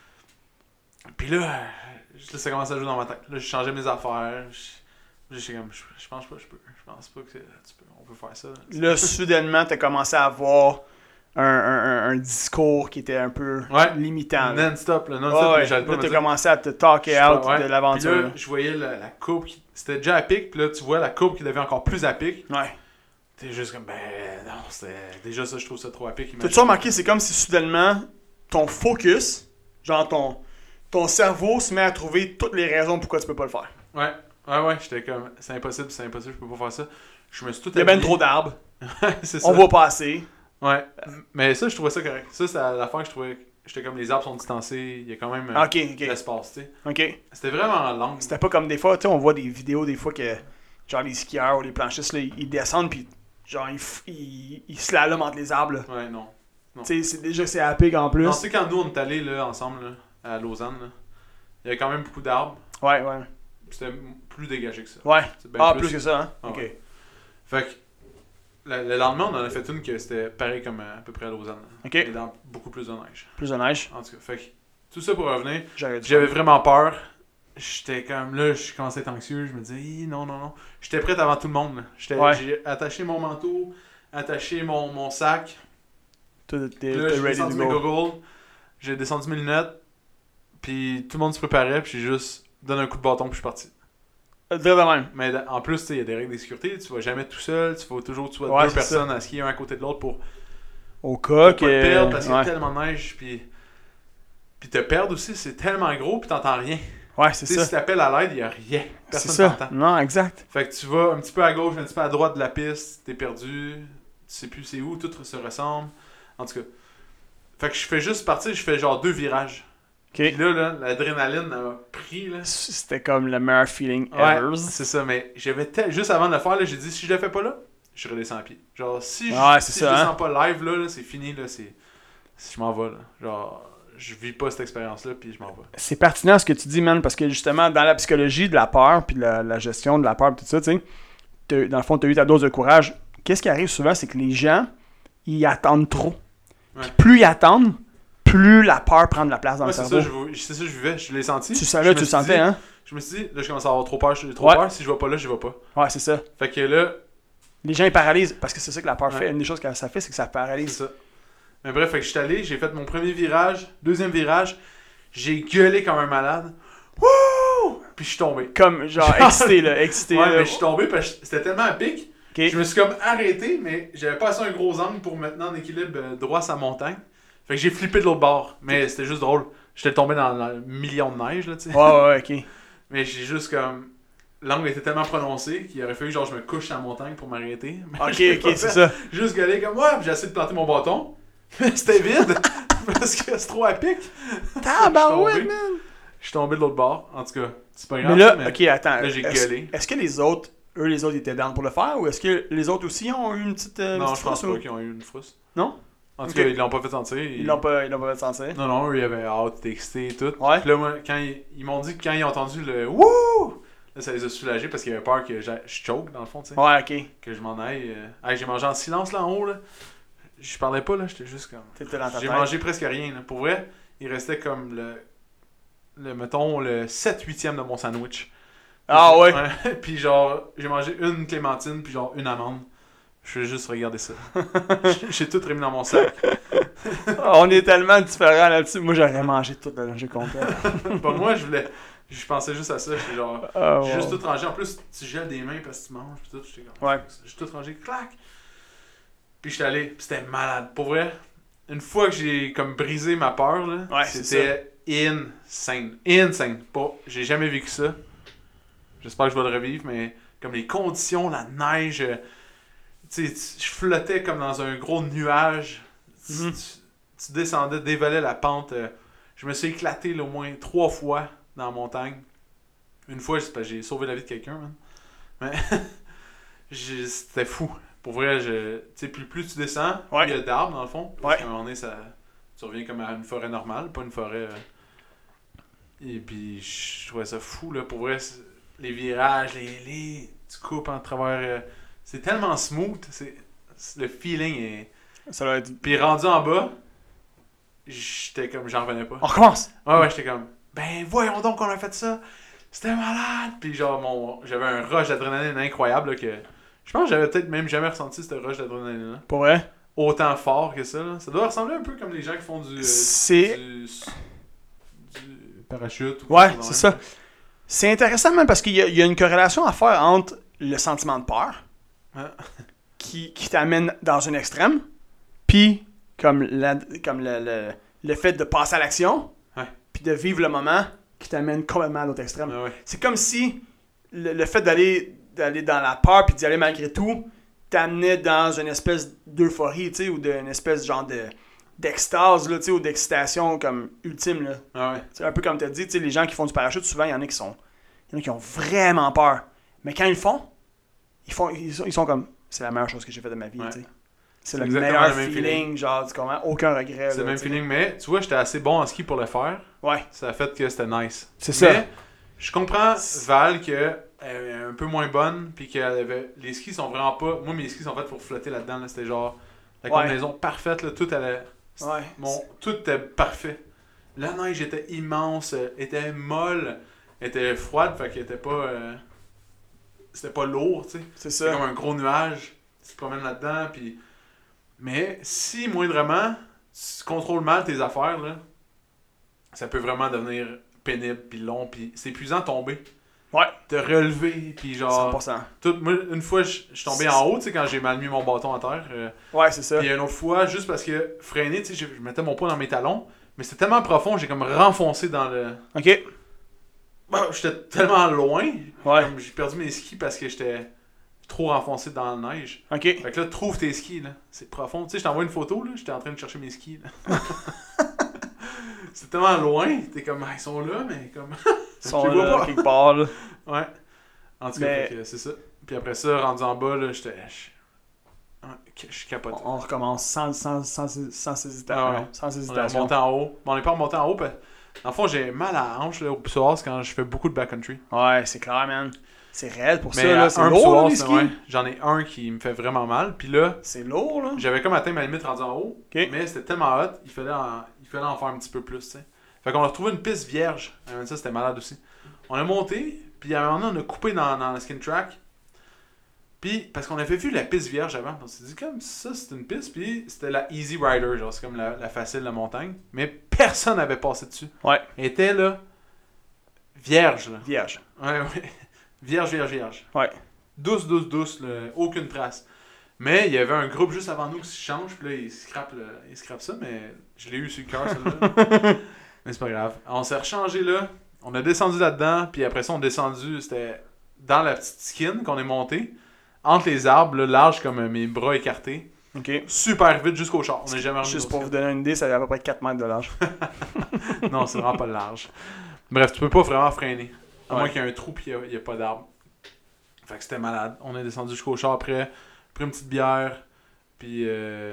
Puis là, ça commence à jouer dans ma tête. Là, j'ai changé mes affaires. J'ai comme... Je pense pas que je peux. Je pense pas que on peut faire ça. Là, soudainement, t'as commencé à avoir un discours qui était un peu Ouais. limitant. Là. Non-stop, là. Ouais, Non-stop. ouais. puis j'arrête pas Là, de t'as me dire- commencé à te talker Je out sais pas, ouais. de l'aventure. Puis là, je voyais la courbe. C'était déjà à pic. Puis là, tu vois la courbe qui devient encore plus à pic. Ouais. T'es juste comme, ben non, c'était... Déjà ça, je trouve ça trop à pic. T'as-tu remarqué, c'est comme si soudainement, ton focus, genre ton cerveau se met à trouver toutes les raisons pourquoi tu peux pas le faire. Ouais, j'étais comme, c'est impossible, je peux pas faire ça. Je me suis tout Il y a bien habillé. trop d'arbres, C'est ça. on voit pas assez. Ouais, mais ça, je trouvais ça correct. Ça, c'est l'affaire que je trouvais, j'étais comme, les arbres sont distancés, il y a quand même Ok, l'espace, tu sais. ok. C'était vraiment long. C'était pas comme des fois, tu sais, on voit des vidéos des fois que, genre les skieurs ou les planchistes, là, ils descendent puis genre ils slaloment entre les arbres. Là. Ouais, non. Tu sais, c'est déjà c'est à pic en plus. Non, c'est quand nous, on est allés, là, ensemble, là, à Lausanne, là, il y avait quand même beaucoup d'arbres. Ouais. C'était plus dégagé que ça. Ouais. C'est bien Plus que ça, hein? Ah Ok. ouais. Fait que le lendemain, on en a fait une que c'était pareil comme à peu près à Lausanne. Là. Ok. Mais dans beaucoup plus de neige. Plus de neige. En tout cas, fait que tout ça pour revenir, J'avais j'avais vraiment peur. J'étais comme là, je commençais à être anxieux. Je me disais, non. J'étais prêt avant tout le monde. Là. Ouais. J'ai attaché mon manteau, attaché mon sac. T'es Là, ready j'ai to descendu mes go. goggles. J'ai descendu mes lunettes. Puis tout le monde se préparait. Puis j'ai juste donné un coup de bâton. Puis je suis parti. Dire de même. Mais en plus, il y a des règles de sécurité. Tu vas jamais tout seul. Tu vas toujours Ouais, deux c'est personnes à skier un à côté de l'autre pour Au cas pas te perdre parce qu'il y a ouais. tellement de neige. Puis Puis te perdre aussi, c'est tellement gros, puis t'entends rien. Ouais, c'est Tu sais, ça. si t'appelles à l'aide, il y a rien. C'est Personne ça. t'entend. Non, exact. Fait que tu vas un petit peu à gauche, un petit peu à droite de la piste, t'es perdu, tu sais plus c'est où, tout se ressemble. En tout cas. Fait que je fais juste partir, je fais genre 2 virages. OK. Puis là, l'adrénaline m'a pris, là. C'était comme le meilleur feeling Ouais, ever. c'est ça, mais juste avant de le faire, là, j'ai dit, si je le fais pas là, je redescends à pied. Genre, si je, Ouais, c'est si ça, je hein. descends pas live, là, c'est fini, là, si je m'en vais, là. Genre, je vis pas cette expérience-là, puis je m'en vais. C'est pertinent ce que tu dis, man, parce que justement, dans la psychologie de la peur, puis la gestion de la peur, puis tout ça, tu sais, dans le fond, tu as eu ta dose de courage. Qu'est-ce qui arrive souvent, c'est que les gens, ils attendent trop. Ouais. Puis plus ils attendent, plus la peur prend de la place dans le C'est cerveau. ça, je vivais, je l'ai senti. Tu savais, tu le sentais, hein? Je me suis dit, là, je commence à avoir trop peur, j'ai trop Ouais. peur, si je vais pas là, je vais pas. Ouais, c'est ça. Fait que là, Les gens, ils paralysent, parce que c'est ça que la peur Ouais. fait. Une des choses que ça fait, c'est que ça c'est paralyse. ça. Mais bref, fait que je suis allé, j'ai fait mon premier virage, deuxième virage, j'ai gueulé comme un malade. Wouh! Puis je suis tombé. Comme, genre, excité, là, excité. Ouais, là. mais je suis tombé parce que c'était tellement à pic. Ok. Je me suis comme arrêté, mais j'avais pas assez un gros angle pour me tenir en équilibre droit sur la montagne. Fait que j'ai flippé de l'autre bord. Mais c'était juste drôle. J'étais tombé dans le million de neige, là, tu sais. Ouais, ok. Mais j'ai juste comme. L'angle était tellement prononcé qu'il aurait fallu que genre, je me couche sur la montagne pour m'arrêter. Mais Ok, je l'ai pas ok, c'est fait. ça. Juste gueuler comme ouais, puis j'ai essayé de planter mon bâton. Mais c'était vide. Parce que c'est trop à pic. Tabarouette, tombé. man! Je suis tombé de l'autre bord. En tout cas, c'est pas grave. Mais là, mais ok, attends. là, j'ai Est-ce- gueulé. Est-ce que les autres, les autres étaient down pour le faire, ou est-ce que les autres aussi ont eu une petite. Non, petite je pense frousse, ou- pas qu'ils ont eu une frousse. Non? En tout Ok. cas, ils l'ont pas fait sentir. Ils l'ont pas fait sentir. Non, non, eux, ils avaient hâte, ils étaient excités et tout. Ouais. Puis là, moi, quand ils m'ont dit que quand ils ont entendu le wouh, là, ça les a soulagés parce qu'ils avaient peur que je choke, dans le fond, tu sais. Ouais, ok. Que je m'en aille. Hey, j'ai mangé en silence là en haut, là. Je parlais pas, là, j'étais juste comme. T'étais dans ta J'ai tête. mangé presque rien, là. Pour vrai, il restait comme mettons, le 7/8e de mon sandwich. Ah ouais? Puis genre, j'ai mangé une clémentine, puis genre une amande. Je vais juste regarder ça. J'ai tout remis dans mon sac. On est tellement différents là-dessus. Moi, j'aurais mangé tout le jeu complet. Bon, moi, je pensais juste à ça. J'étais genre, Ah, j'ai wow. juste tout rangé. En plus, tu gèles des mains parce que tu manges. Puis tout, j'étais comme, Ouais. j'ai tout rangé, clac. Puis j'étais allé, puis c'était malade. Pour vrai, une fois que j'ai comme brisé ma peur, là, Ouais, c'est c'était insane. Insane. J'ai jamais vécu ça. J'espère que je vais le revivre, mais comme les conditions, la neige, tu sais, je flottais comme dans un gros nuage. Mhm. Tu descendais, dévalais la pente. Je me suis éclaté là, au moins 3 fois dans la montagne. Une fois, c'est parce que j'ai sauvé la vie de quelqu'un, man. Mais c'était fou. Pour vrai, tu sais, plus tu descends, Ouais. plus il y a d'arbres dans le fond. Parce Ouais. qu'à un moment donné, tu reviens comme à une forêt normale, pas une forêt. Et puis, je trouvais ça fou, là. Pour vrai, les virages, tu coupes en travers. C'est tellement smooth. Le feeling est. Ça doit être. Puis rendu en bas, j'étais comme, j'en revenais pas. On recommence! Ouais, j'étais comme, ben voyons donc qu'on a fait ça. C'était malade. Puis genre, j'avais un rush d'adrénaline incroyable là, que je pense que j'avais peut-être même jamais ressenti ce rush d'adrénaline là. Pour vrai? Autant fort que ça. Là. Ça doit ressembler un peu comme les gens qui font du C'est. du parachute. Ou Ouais, quelque chose c'est de ça. C'est intéressant même parce qu'il y a une corrélation à faire entre le sentiment de peur même. Ouais. qui t'amène dans un extrême, puis comme le fait de passer à l'action, Ouais. puis de vivre le moment qui t'amène complètement à l'autre extrême. Ouais, ouais. C'est comme si le fait d'aller dans la peur puis d'y aller malgré tout t'amenait dans une espèce d'euphorie, tu sais, ou d'une espèce genre d'extase, là, tu sais, ou d'excitation comme ultime, là. Ah ouais. C'est un peu comme tu as dit, tu sais, les gens qui font du parachute, souvent, il y en a qui ont vraiment peur. Mais quand ils le font, ils sont comme, c'est la meilleure chose que j'ai faite de ma vie, Ouais. tu sais. C'est C'est le exactement meilleur le même feeling, genre, tu comprends? Aucun regret. C'est là, le même tu sais. feeling, mais tu vois, j'étais assez bon en ski pour le faire. Ouais, Ça a fait que c'était nice. c'est ça. Mais je comprends Val qu'elle est un peu moins bonne, puis qu'elle avait. Les skis sont vraiment pas. Moi, mes skis sont faits pour flotter là-dedans. Là. C'était genre la Ouais. combinaison parfaite. Là. Tout allait. Ouais. Tout était parfait. La neige était immense, était molle, était froide, fait qu'elle était pas. C'était pas lourd, tu sais. C'est C'est ça. comme un gros nuage. Tu te promènes là-dedans, puis. Mais si moindrement, tu contrôles mal tes affaires, là, ça peut vraiment devenir pénible, puis long, puis c'est épuisant de tomber. Ouais. Te relever, puis genre. 100%. Moi, une fois, je suis tombé en haut, tu sais, quand j'ai mal mis mon bâton à terre. Ouais, c'est ça. Puis une autre fois, juste parce que freiner, tu sais, je mettais mon poids dans mes talons, Mais c'était tellement profond, j'ai comme renfoncé dans le... Ok. J'étais tellement loin, Ouais. comme j'ai perdu mes skis parce que j'étais trop renfoncé dans la neige. Ok. Fait que là, trouve tes skis, là. C'est profond. Tu sais, je t'envoie une photo, là, j'étais en train de chercher mes skis, là. C'est tellement loin, t'es comme, ils sont là, mais comme... Ils sont Je les vois là, pas. quelque part, là. Ouais. En tout cas, Mais- fait que c'est ça. Puis après ça, rendu en bas, là, je capote. On recommence sans hésitation. Ah ouais. Sans On est hésitation. remonté en haut. Mais on n'est pas remonté en haut, parce dans le fond, j'ai mal à la hanche, là, au soir, c'est quand je fais beaucoup de backcountry. Ouais, c'est clair, man. C'est réel pour Mais ça, là. C'est un lourd, soir, les c'est- skis. ouais, j'en ai un qui me fait vraiment mal. Puis là, C'est lourd, là. j'avais comme atteint ma limite rendu en haut, Ok. mais c'était tellement hot, il fallait en faire un petit peu plus, tu sais. Fait qu'on a retrouvé une piste vierge. Ça, c'était malade aussi. On a monté, puis à un moment donné, on a coupé dans le skin track. Puis, parce qu'on avait vu la piste vierge avant, on s'est dit comme ça, c'est une piste, puis c'était la Easy Rider, genre c'est comme la facile, la montagne. Mais personne n'avait passé dessus. Ouais. Elle était là, vierge, là. Vierge. Ouais. Vierge. Ouais. Douce, là, aucune trace. Mais il y avait un groupe juste avant nous qui se change, puis là, ils scrapent ça, mais je l'ai eu sur le cœur, celle-là. Mais c'est pas grave. On s'est rechangé là, on a descendu là-dedans, puis après ça, on est descendu, c'était dans la petite skin qu'on est monté, entre les arbres, là, large comme mes bras écartés. Ok. Super vite jusqu'au char. On n'est jamais remis Juste au pour ciel. vous donner une idée, ça avait à peu près 4 mètres de large. Non, c'est vraiment pas large. Bref, tu peux pas vraiment freiner. À moins Ouais. qu'il y ait un trou et il n'y a pas d'arbre. Fait que c'était malade. On est descendu jusqu'au char après, pris une petite bière, puis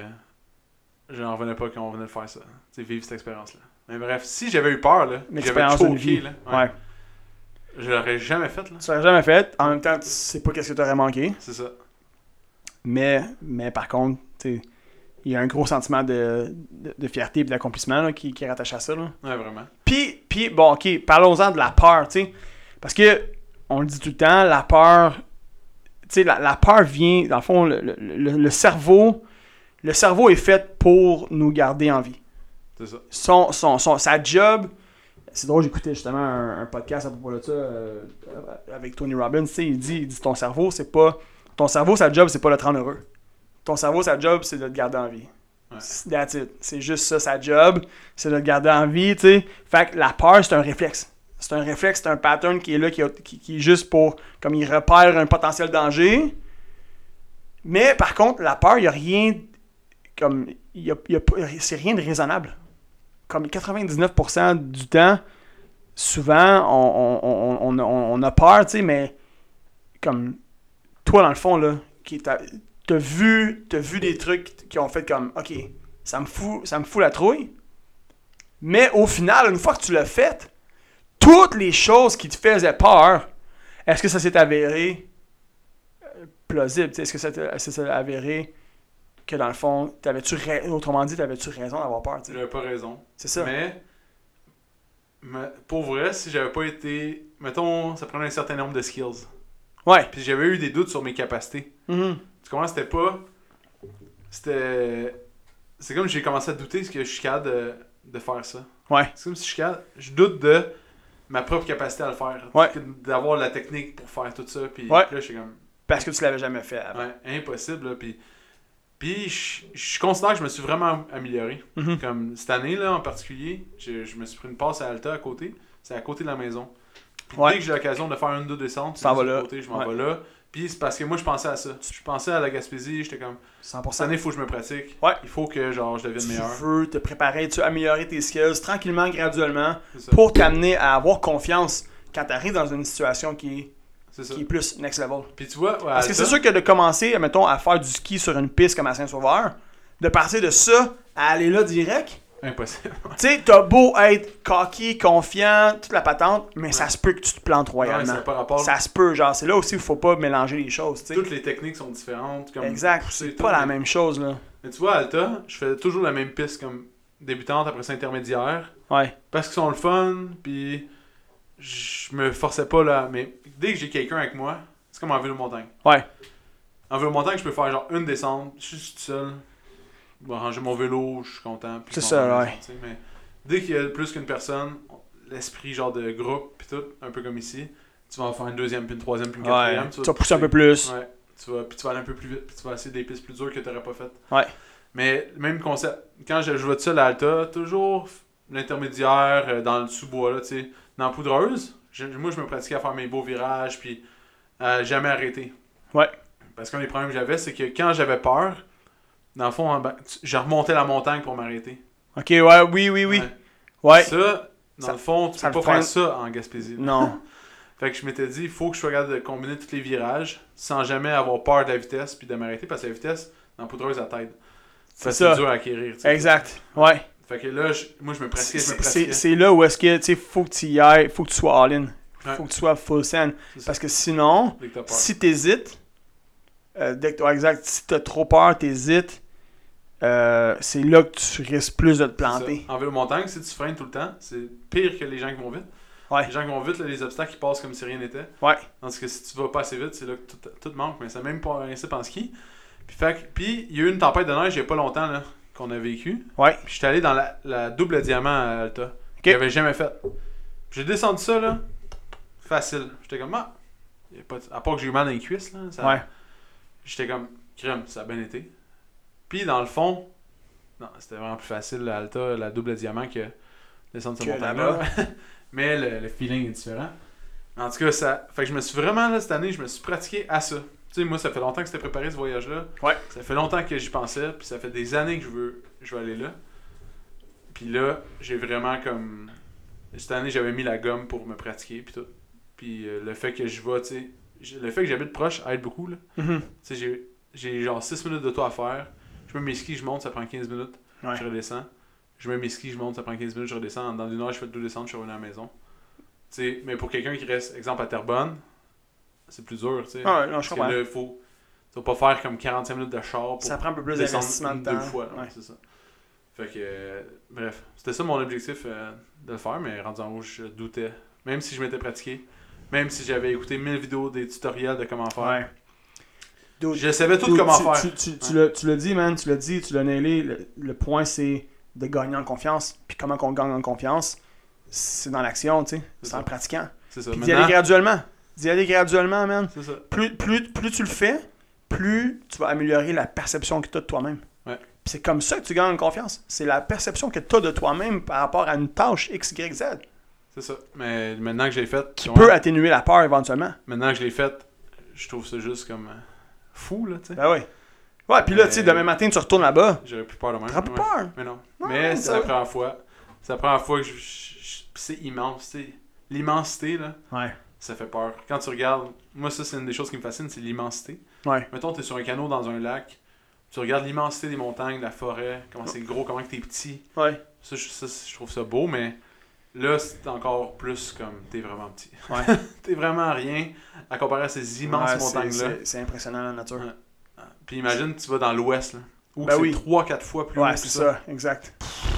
je n'en revenais pas qu'on venait de faire ça. Tu sais, vivre cette expérience-là. Mais bref, si j'avais eu peur, là, Une j'avais expérience d'une choqué, vie. là, Ouais. je l'aurais jamais fait, là. Tu l'aurais jamais fait. En même temps, tu sais pas qu'est-ce que tu aurais manqué. C'est ça. Mais par contre, tu sais, il y a un gros sentiment de fierté et d'accomplissement là, qui est rattaché à ça. Là. Ouais, vraiment. Puis, bon, ok, parlons-en de la peur, tu sais. Parce que, on le dit tout le temps, la peur, tu sais, la peur vient, dans le fond, le cerveau est fait pour nous garder en vie. C'est ça. Sa job, c'est drôle, j'écoutais justement un podcast à propos de ça avec Tony Robbins, tu sais, il dit ton cerveau, sa job, c'est pas de te rendre heureux. Ton cerveau, sa job, c'est de te garder en vie. Ouais. That's it. C'est juste ça, sa job, c'est de te garder en vie, tu sais. Fait que la peur, c'est un réflexe. C'est un réflexe, c'est un pattern qui est là, qui est juste pour, comme il repère un potentiel danger. Mais par contre, la peur, il n'y a rien, comme, c'est rien de raisonnable. Comme 99% du temps, souvent, on a peur, tu sais, mais comme, toi, dans le fond, là, t'as vu des trucs qui ont fait comme, ok, ça me fout la trouille. Mais au final, une fois que tu l'as fait, toutes les choses qui te faisaient peur, est-ce que ça s'est avéré plausible? Est-ce que ça s'est avéré que dans le fond, autrement dit, t'avais-tu raison d'avoir peur? T'sais? J'avais pas raison. C'est ça. Mais pour vrai, si j'avais pas été... Mettons, ça prenait un certain nombre de skills. Ouais. Puis j'avais eu des doutes sur mes capacités. Mm-hmm. Tu comprends? C'était pas... C'est comme si j'ai commencé à douter que je suis capable de faire ça. Ouais. C'est comme si je doute de ma propre capacité à le faire. Ouais. D'avoir la technique pour faire tout ça. Puis Ouais. là, je suis comme... Parce que tu l'avais jamais fait avant. Ouais, impossible. Là, puis je considère que je me suis vraiment amélioré. Mm-hmm. Comme cette année là en particulier, je me suis pris une passe à Alta à côté. C'est à côté de la maison. Puis Ouais. dès que j'ai l'occasion de faire une ou deux descentes, T'en vas sur le là. côté, je m'en Ouais. vais là. Puis c'est parce que moi je pensais à ça. Je pensais à la Gaspésie, j'étais comme 100%. cette année il faut que je me pratique. Ouais. Il faut que genre je devienne Tu meilleur. veux te préparer, tu veux améliorer tes skills tranquillement, graduellement, C'est ça. pour t'amener à avoir confiance quand tu arrives dans une situation qui C'est ça. est plus next level. Puis tu vois, Parce que c'est sûr que de commencer, mettons, à faire du ski sur une piste comme à Saint-Sauveur, de passer de ça à aller là direct, impossible. tu sais, t'as beau être cocky, confiant, toute la patente, mais ça se peut que tu te plantes Ouais, royalement. ça n'a pas rapport. Ça se peut, genre, c'est là aussi où il faut pas mélanger les choses, tu sais. Toutes les techniques sont différentes. Comme Exact, pousser, c'est tout, pas la mais- même chose, là. Mais tu vois, à Alta, je fais toujours la même piste comme débutante, après ça intermédiaire. Ouais. Parce qu'ils sont le fun, puis je me forçais pas là. Mais dès que j'ai quelqu'un avec moi, c'est comme en vélo montagne. Ouais. En vélo montagne, je peux faire genre une descente, je suis tout seul. Je vais ranger mon vélo, je suis content. puis C'est je ça, m'en vais, ouais. tu sais, mais dès qu'il y a plus qu'une personne, l'esprit genre de groupe, puis tout, un peu comme ici, tu vas en faire une deuxième, puis une troisième, puis une quatrième. Ouais. Tu vas pousser un peu plus. Ouais. Puis tu vas aller un peu plus vite, puis tu vas essayer des pistes plus dures que tu n'aurais pas faites. Ouais. Mais même concept, quand je vais tout seul à Alta, toujours l'intermédiaire, dans le sous-bois, là, tu sais. Dans la poudreuse, moi, je me pratiquais à faire mes beaux virages, puis à jamais arrêter. Ouais. Parce qu'un des problèmes que j'avais, c'est que quand j'avais peur, dans le fond, je remontais la montagne pour m'arrêter. Ok, ouais, oui. Ouais. Ça, dans le fond, tu peux pas faire ça en Gaspésie. Non. Fait que je m'étais dit, il faut que je sois capable de combiner tous les virages sans jamais avoir peur de la vitesse puis de m'arrêter, parce que la vitesse, dans la poudreuse, elle t'aide. C'est ça. C'est dur à acquérir. T'sais. Exact. Ouais. Fait que là, moi, je me pratiquais. C'est là où est-ce que, tu sais, faut que tu y ailles, faut que tu sois all-in. Ouais. Faut que tu sois full send. Parce que sinon, si t'hésites, exact, si t'as trop peur, t'hésites, c'est là que tu risques plus de te planter. En vélo montagne, si tu freines tout le temps, c'est pire que les gens qui vont vite. Ouais. Les gens qui vont vite, là, les obstacles, ils passent comme si rien n'était. Ouais. Tandis que si tu vas pas assez vite, c'est là que tout manque. Mais c'est même pas un principe en ski. Puis il y a eu une tempête de neige il y a pas longtemps là, qu'on a vécu. Ouais. Puis j'étais allé dans la double diamant à Alta. Que j'avais jamais fait. Puis j'ai descendu ça là. Facile. J'étais comme, y a pas à part que j'ai eu mal dans les cuisses là. Ça, ouais. J'étais comme, crème, ça a bien été. Puis dans le fond, non, c'était vraiment plus facile à Alta, la double diamant, que descendre cette montagne-là. Mais le feeling est différent. En tout cas, fait que je me suis vraiment, là, cette année, je me suis pratiqué à ça. Tu sais, moi, ça fait longtemps que c'était préparé ce voyage-là. Ouais. Ça fait longtemps que j'y pensais, puis ça fait des années que je veux aller là. Puis là, j'ai vraiment comme... Cette année, j'avais mis la gomme pour me pratiquer, puis tout. Puis le fait que je vais, tu sais... Le fait que j'habite proche aide beaucoup, là. Mm-hmm. Tu sais, j'ai genre 6 minutes de toi à faire. Je mets mes skis, je monte, ça prend 15 minutes. Ouais. Je redescends. Je mets mes skis, je monte, ça prend 15 minutes, je redescends. Dans une heure, je fais 2 descentes, je suis revenu à la maison. Tu sais, mais pour quelqu'un qui reste, exemple, à Terrebonne, c'est plus dur, tu sais. Ah ouais, non, je comprends. Parce que là, tu vas pas faire comme 45 minutes de char pour ça prend un peu plus descendre d'investissement de temps. 2 fois, là, c'est ça. Fait que, bref, c'était ça mon objectif de le faire, mais rendu en haut, je doutais. Même si je m'étais pratiqué, même si j'avais écouté 1000 vidéos, des tutoriels de comment faire. Ouais. Dude, je savais tout comment faire. Tu l'as dit, man, tu l'as nailé. Le point, c'est de gagner en confiance. Puis comment qu'on gagne en confiance, c'est dans l'action, tu sais. C'est en pratiquant. C'est ça. Puis d'y aller graduellement. D'y aller graduellement, man. C'est ça. Plus tu le fais, plus tu vas améliorer la perception que tu as de toi-même. Ouais. Puis c'est comme ça que tu gagnes en confiance. C'est la perception que tu as de toi-même par rapport à une tâche X, Y, Z. C'est ça. Mais maintenant que j'ai fait... Qui peut atténuer la peur éventuellement. Maintenant que je l'ai fait, je trouve ça juste comme... fou, là, tu sais. Ben oui. Ouais, puis là, tu sais, demain matin, tu retournes là-bas. J'aurais plus peur de même. T'auras plus peur. Mais non. Ouais, mais c'est la première fois. C'est la première fois que c'est immense, tu sais. L'immensité, là, ouais. Ça fait peur. Quand tu regardes... Moi, ça, c'est une des choses qui me fascine, c'est l'immensité. Ouais. Mettons, t'es sur un canot dans un lac, tu regardes l'immensité des montagnes, de la forêt, comment c'est gros, comment que t'es petit. Ouais. Ça, je trouve ça beau, mais là, c'est encore plus comme t'es vraiment petit. Ouais. T'es vraiment rien à comparer à ces immenses montagnes-là. C'est impressionnant la nature. Ouais. Puis imagine, tu vas dans l'ouest, là, où ben c'est oui. 3-4 fois plus haut ouais, que c'est ça. Exact.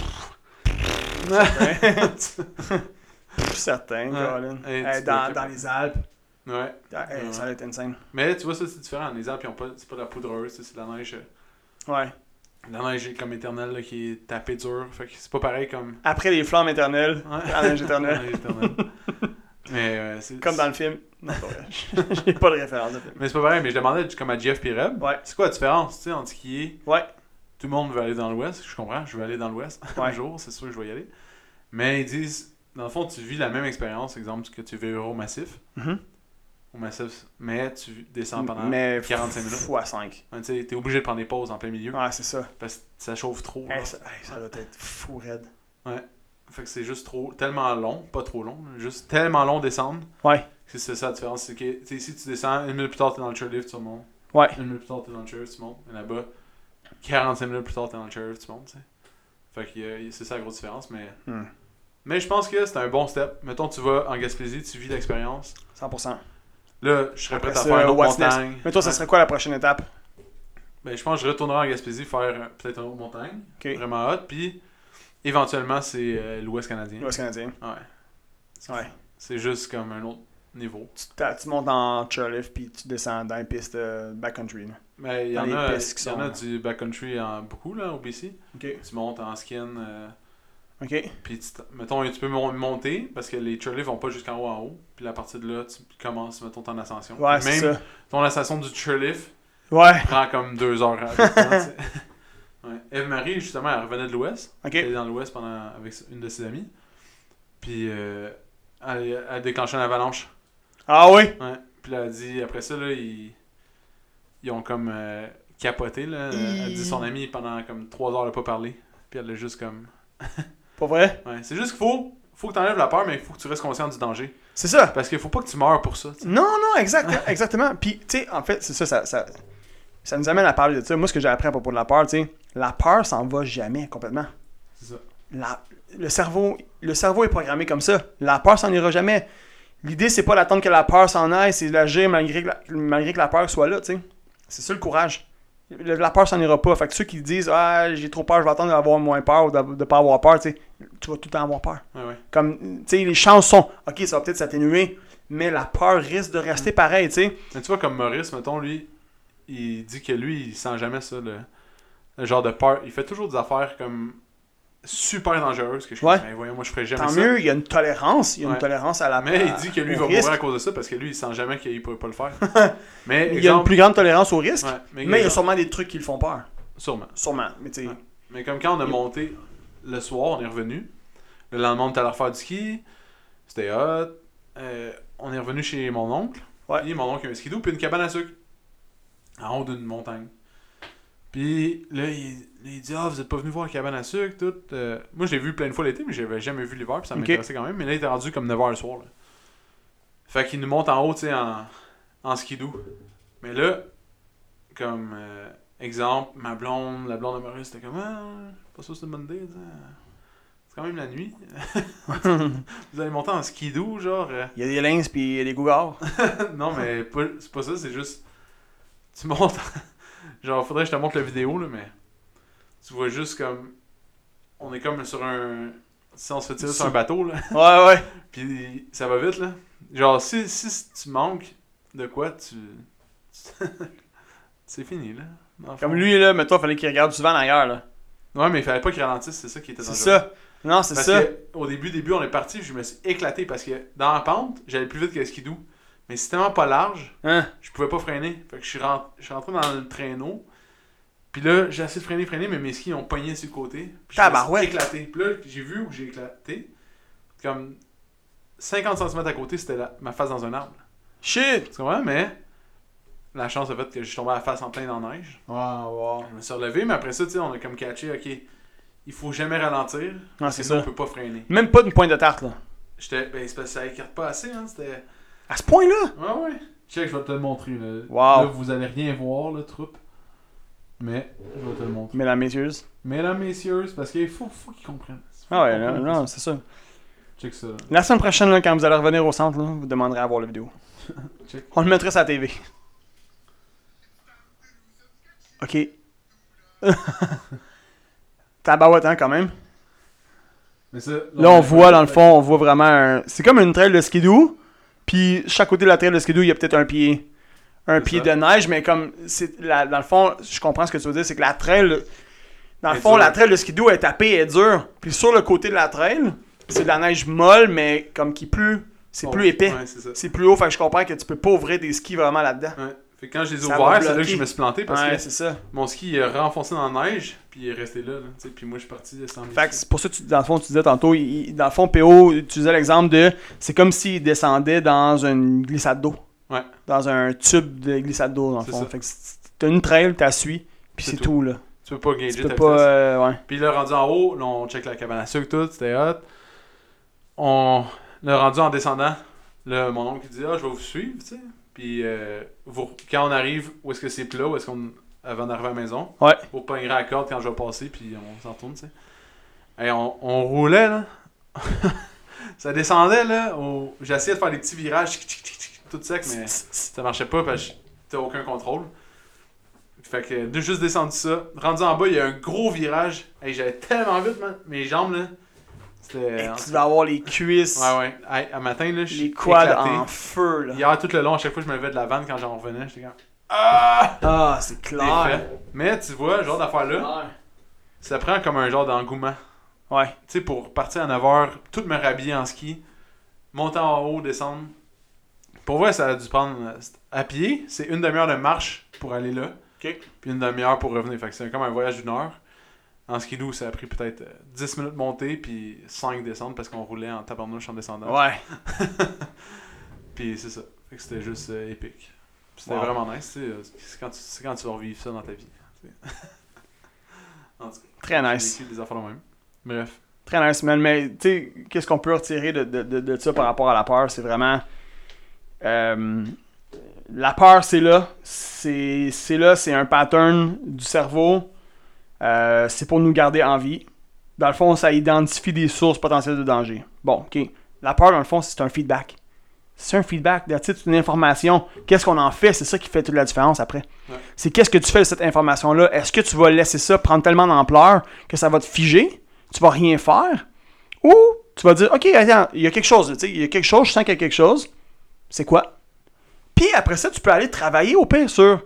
Certain, Colin. Dans les Alpes. Ouais. Ça va être insane. Mais tu vois, ça, c'est différent. Les Alpes, c'est pas de la poudreuse, c'est de la neige. Ouais. La neige comme éternelle là, qui est tapée dure. Fait que c'est pas pareil comme. Après les flammes éternelles, la neige éternelle. La neige éternelle. Mais c'est. Comme dans le film. Non, j'ai pas de référence de film. Mais c'est pas pareil, mais je demandais comme à Jeff Pireb. Ouais. C'est quoi la différence, tu sais, entre skier? Ouais. Tout le monde veut aller dans l'ouest, je comprends, je veux aller dans l'ouest un jour, c'est sûr que je vais y aller. Mais ils disent, dans le fond, tu vis la même expérience, exemple, que tu vis au massif. Mm-hmm. Au massif, mais tu descends pendant 45 minutes. Fois 5. Tu sais, t'es obligé de prendre des pauses en plein milieu. Ouais, c'est ça. Parce que ça chauffe trop. Ça doit être fou raide. Ouais. Fait que c'est juste tellement long, pas trop long, juste tellement long descendre. Ouais. C'est ça la différence, c'est que si tu descends, 1 minute plus tard t'es dans le chairlift, tu montes. Ouais. 1 minute plus tard t'es dans le chairlift, tu montes. Et là-bas, 45 minutes plus tard t'es dans le chairlift, tu montes, tu sais. Fait que c'est ça la grosse différence, mais... Mais je pense que c'est un bon step. Mettons, tu vas en Gaspésie, tu vis l'expérience. 100%. Là, je serais prêt à faire une autre montagne. Mais toi, ça serait quoi la prochaine étape? Ben, je pense que je retournerai en Gaspésie faire peut-être une autre montagne. Okay. Vraiment hot. Puis, éventuellement, c'est l'Ouest canadien. L'Ouest canadien. Ouais. C'est juste comme un autre niveau. Tu montes en chairlift puis tu descends dans les pistes backcountry. Ben, il y en a du backcountry beaucoup, là, au BC. Okay. Tu montes en skin. OK. Puis, mettons, tu peux monter parce que les chairlifts vont pas jusqu'en haut en haut. Puis, à partir de là, tu commences, mettons, ton ascension. Ouais, puis même ton ascension du chairlift prend comme 2 heures à temps, ouais. Eve-Marie, justement, elle revenait de l'Ouest. Ok. Elle était dans l'Ouest avec une de ses amies. Puis elle a déclenché une avalanche. Ah oui? Ouais. Puis là, elle a dit, après ça, là, ils ont comme capoté. Là. Elle dit son ami pendant comme 3 heures, elle n'a pas parlé. Puis elle a juste comme. Pas vrai? Ouais. C'est juste qu'il faut que tu enlèves la peur, mais il faut que tu restes conscient du danger. C'est ça. Parce qu'il faut pas que tu meurs pour ça. T'sais. Non, exactement. Puis, tu sais, en fait, c'est ça nous amène à parler de ça. Moi, ce que j'ai appris à propos de la peur, tu sais, la peur s'en va jamais complètement. C'est ça. Le cerveau est programmé comme ça. La peur s'en ira jamais. L'idée, c'est pas d'attendre que la peur s'en aille, c'est d'agir malgré que la peur soit là, tu sais. C'est ça le courage. La peur s'en ira pas. Fait que ceux qui disent « Ah, j'ai trop peur, je vais attendre d'avoir moins peur ou de pas avoir peur », tu sais, tu vas tout le temps avoir peur. Ouais. Comme, tu sais, les chances sont « Ok, ça va peut-être s'atténuer », mais la peur risque de rester pareil, tu sais. Mais tu vois, comme Maurice, mettons, lui, il dit que lui, il sent jamais ça, le genre de peur. Il fait toujours des affaires comme super dangereuses que je Ouais. dis, mais voyons, moi, je ferais jamais Tant ça. mieux, il y a une tolérance. Il y a Ouais. une tolérance à la Mais il dit que lui, il va risque. mourir à cause de ça parce que lui, il sent jamais qu'il pourrait pas le faire. Mais, Il y a une plus grande tolérance au risque, ouais, mais il y a exemple- sûrement des trucs qui le font peur. Sûrement. Sûrement, mais tu sais... Ouais. Mais comme quand on a monté le soir, on est revenu. Le lendemain, on était allé refaire du ski. C'était hot. On est revenu chez mon oncle. Ouais. Puis mon oncle a un skidoo puis une cabane à sucre. En haut d'une montagne. Puis là, il dit « Ah, vous êtes pas venu voir la cabane à sucre, tout. Moi, je l'ai vu plein de fois l'été, mais j'avais jamais vu l'hiver, puis ça m'intéressait quand même. Mais là, il était rendu comme 9h le soir. Là. Fait qu'il nous monte en haut, tu sais, en skidoo. Mais là, comme exemple, la blonde de Maurice, c'était comme « Ah, pas sûr que c'est une bonne idée, t'sais. C'est quand même la nuit. Vous allez monter en skidoo, genre... Il y a des lynx puis il y a des cougars. Non, mais c'est pas ça, c'est juste... Tu montes... Genre, faudrait que je te montre la vidéo, là, mais... Tu vois juste comme... On est comme sur un... Si on se fait tirer sur un bateau, là. Ouais. Puis ça va vite, là. Genre, si tu manques de quoi, c'est fini, là. Dans le fond. Comme lui, là, mettons, il fallait qu'il regarde souvent ailleurs, là. Ouais, mais il fallait pas qu'il ralentisse, c'est ça qui était C'est dangereux. ça. Non, c'est Parce ça. que, au début, on est parti, je me suis éclaté parce que dans la pente, j'allais plus vite que le skidoo. Mais c'est tellement pas large, Hein? je pouvais pas freiner. Fait que je suis rentré dans le traîneau. Puis là, j'ai essayé de freiner, mais mes skis ont pogné sur le côté. Puis je me Tabarouette. suis éclaté. Puis là, j'ai vu où j'ai éclaté. Comme 50 cm à côté, c'était ma face dans un arbre. Shit! Tu comprends? Mais la chance a fait que je suis tombé à la face en plein dans la neige. Wow. Je me suis relevé, mais après ça, tu sais, on a comme catché, ok, il faut jamais ralentir. Ah, c'est sinon ça. on peut pas freiner. Même pas d'une pointe de tarte, là. Ben, c'est parce que ça écarte pas assez, hein. C'était. À ce point-là? Ouais. Check, je vais te le montrer, là. Wow. Là, vous allez rien voir, là, troupe. Mais, je vais te le montrer. Mesdames, messieurs. Mesdames, messieurs, c'est parce qu'il faut qu'ils comprennent. Ah ouais, non, c'est ça. Check ça. La semaine prochaine, là, quand vous allez revenir au centre, là, vous demanderez à voir la vidéo. Check. On le mettrait sur la TV. Ok. Tabarouette, hein, quand même. Mais ça, Là, on voit, dans le fond, on voit vraiment un... C'est comme une trail de skidoo, puis chaque côté de la trail de skidoo, il y a peut-être un pied C'est de neige, mais comme, dans le fond, je comprends ce que tu veux dire, c'est que la trail... Dans le Elle est fond, dure. la trail de skidoo est tapée, elle est dure. Puis sur le côté de la trail, c'est de la neige molle, mais comme qui plus... C'est plus épais. Ouais, c'est ça. C'est plus haut, fait que je comprends que tu peux pas ouvrir des skis vraiment là-dedans. Ouais. Fait que quand je les ai Ça va ouverts, c'est là que bloquer. je me suis planté parce Ouais, que c'est ça. mon ski il a renfoncé dans la neige, puis il est resté là, tu sais, puis moi je suis parti descendre. Fait que c'est pour ça que, dans le fond, tu disais tantôt, dans le fond, PO utilisait l'exemple de... C'est comme s'il descendait dans une glissade d'eau. Ouais. Dans un tube de glissade d'eau, dans le C'est fond. ça. Fait que t'as une trail, t'as suis, puis c'est tout, là. Tu peux pas gager Tu peux ta pas... vitesse. ouais. Puis là, rendu en haut, là, on check la cabane à sucre, tout, c'était hot. On l'a rendu en descendant. Là, mon oncle dit, ah, je vais vous suivre, tu sais. Puis quand on arrive, où est-ce que c'est plat, où est-ce qu'on. Avant d'arriver à la maison, Ouais. pour pogner la corde quand je vais passer, puis on s'en retourne, tu sais. Et on roulait, là. Ça descendait, là. J'essayais de faire des petits virages, tout sec, mais ça marchait pas parce que t'as aucun contrôle. Fait que de juste descendu ça, rendu en bas, il y a un gros virage. Hey, j'allais tellement vite, man. Mes jambes, là. C'était. Tu vas avoir les cuisses, Ouais. Hey, à matin, là, je suis les quads éclaté. en feu, là. Hier, tout le long, à chaque fois que je me levais de la vanne quand j'en revenais, j'étais comme. Ah, c'est clair. Défait. Mais tu vois, ce genre d'affaire-là, ça prend comme un genre d'engouement. Ouais. Tu sais, pour partir à 9h, tout me rhabiller en ski, monter en haut, descendre. Pour vrai, ça a dû prendre. À pied, c'est une demi-heure de marche pour aller là. OK. Puis une demi-heure pour revenir. Fait que c'est comme un voyage d'une heure. En skidoo, ça a pris peut-être 10 minutes monter, puis 5 descendre parce qu'on roulait en tabarnouche en descendant. Ouais. Puis c'est ça. Fait que c'était juste épique. C'était Wow. vraiment nice, tu sais. C'est quand tu vas revivre ça dans ta vie. En tout cas, Très j'ai nice. vécu des affaires de même. Bref. Très nice, man. Mais tu sais, qu'est-ce qu'on peut retirer de ça par rapport à la peur? C'est vraiment... la peur, c'est là. C'est là, c'est un pattern du cerveau. C'est pour nous garder en vie. Dans le fond, ça identifie des sources potentielles de danger. Bon, OK. La peur, dans le fond, c'est un feedback. C'est un feedback. C'est une information. Qu'est-ce qu'on en fait? C'est ça qui fait toute la différence après. Ouais. C'est qu'est-ce que tu fais de cette information-là? Est-ce que tu vas laisser ça prendre tellement d'ampleur que ça va te figer? Tu vas rien faire? Ou tu vas dire, OK, attends, il y a quelque chose. Tu sais, il y a quelque chose, je sens qu'il y a quelque chose. C'est quoi? Puis après ça, tu peux aller travailler au pire sur,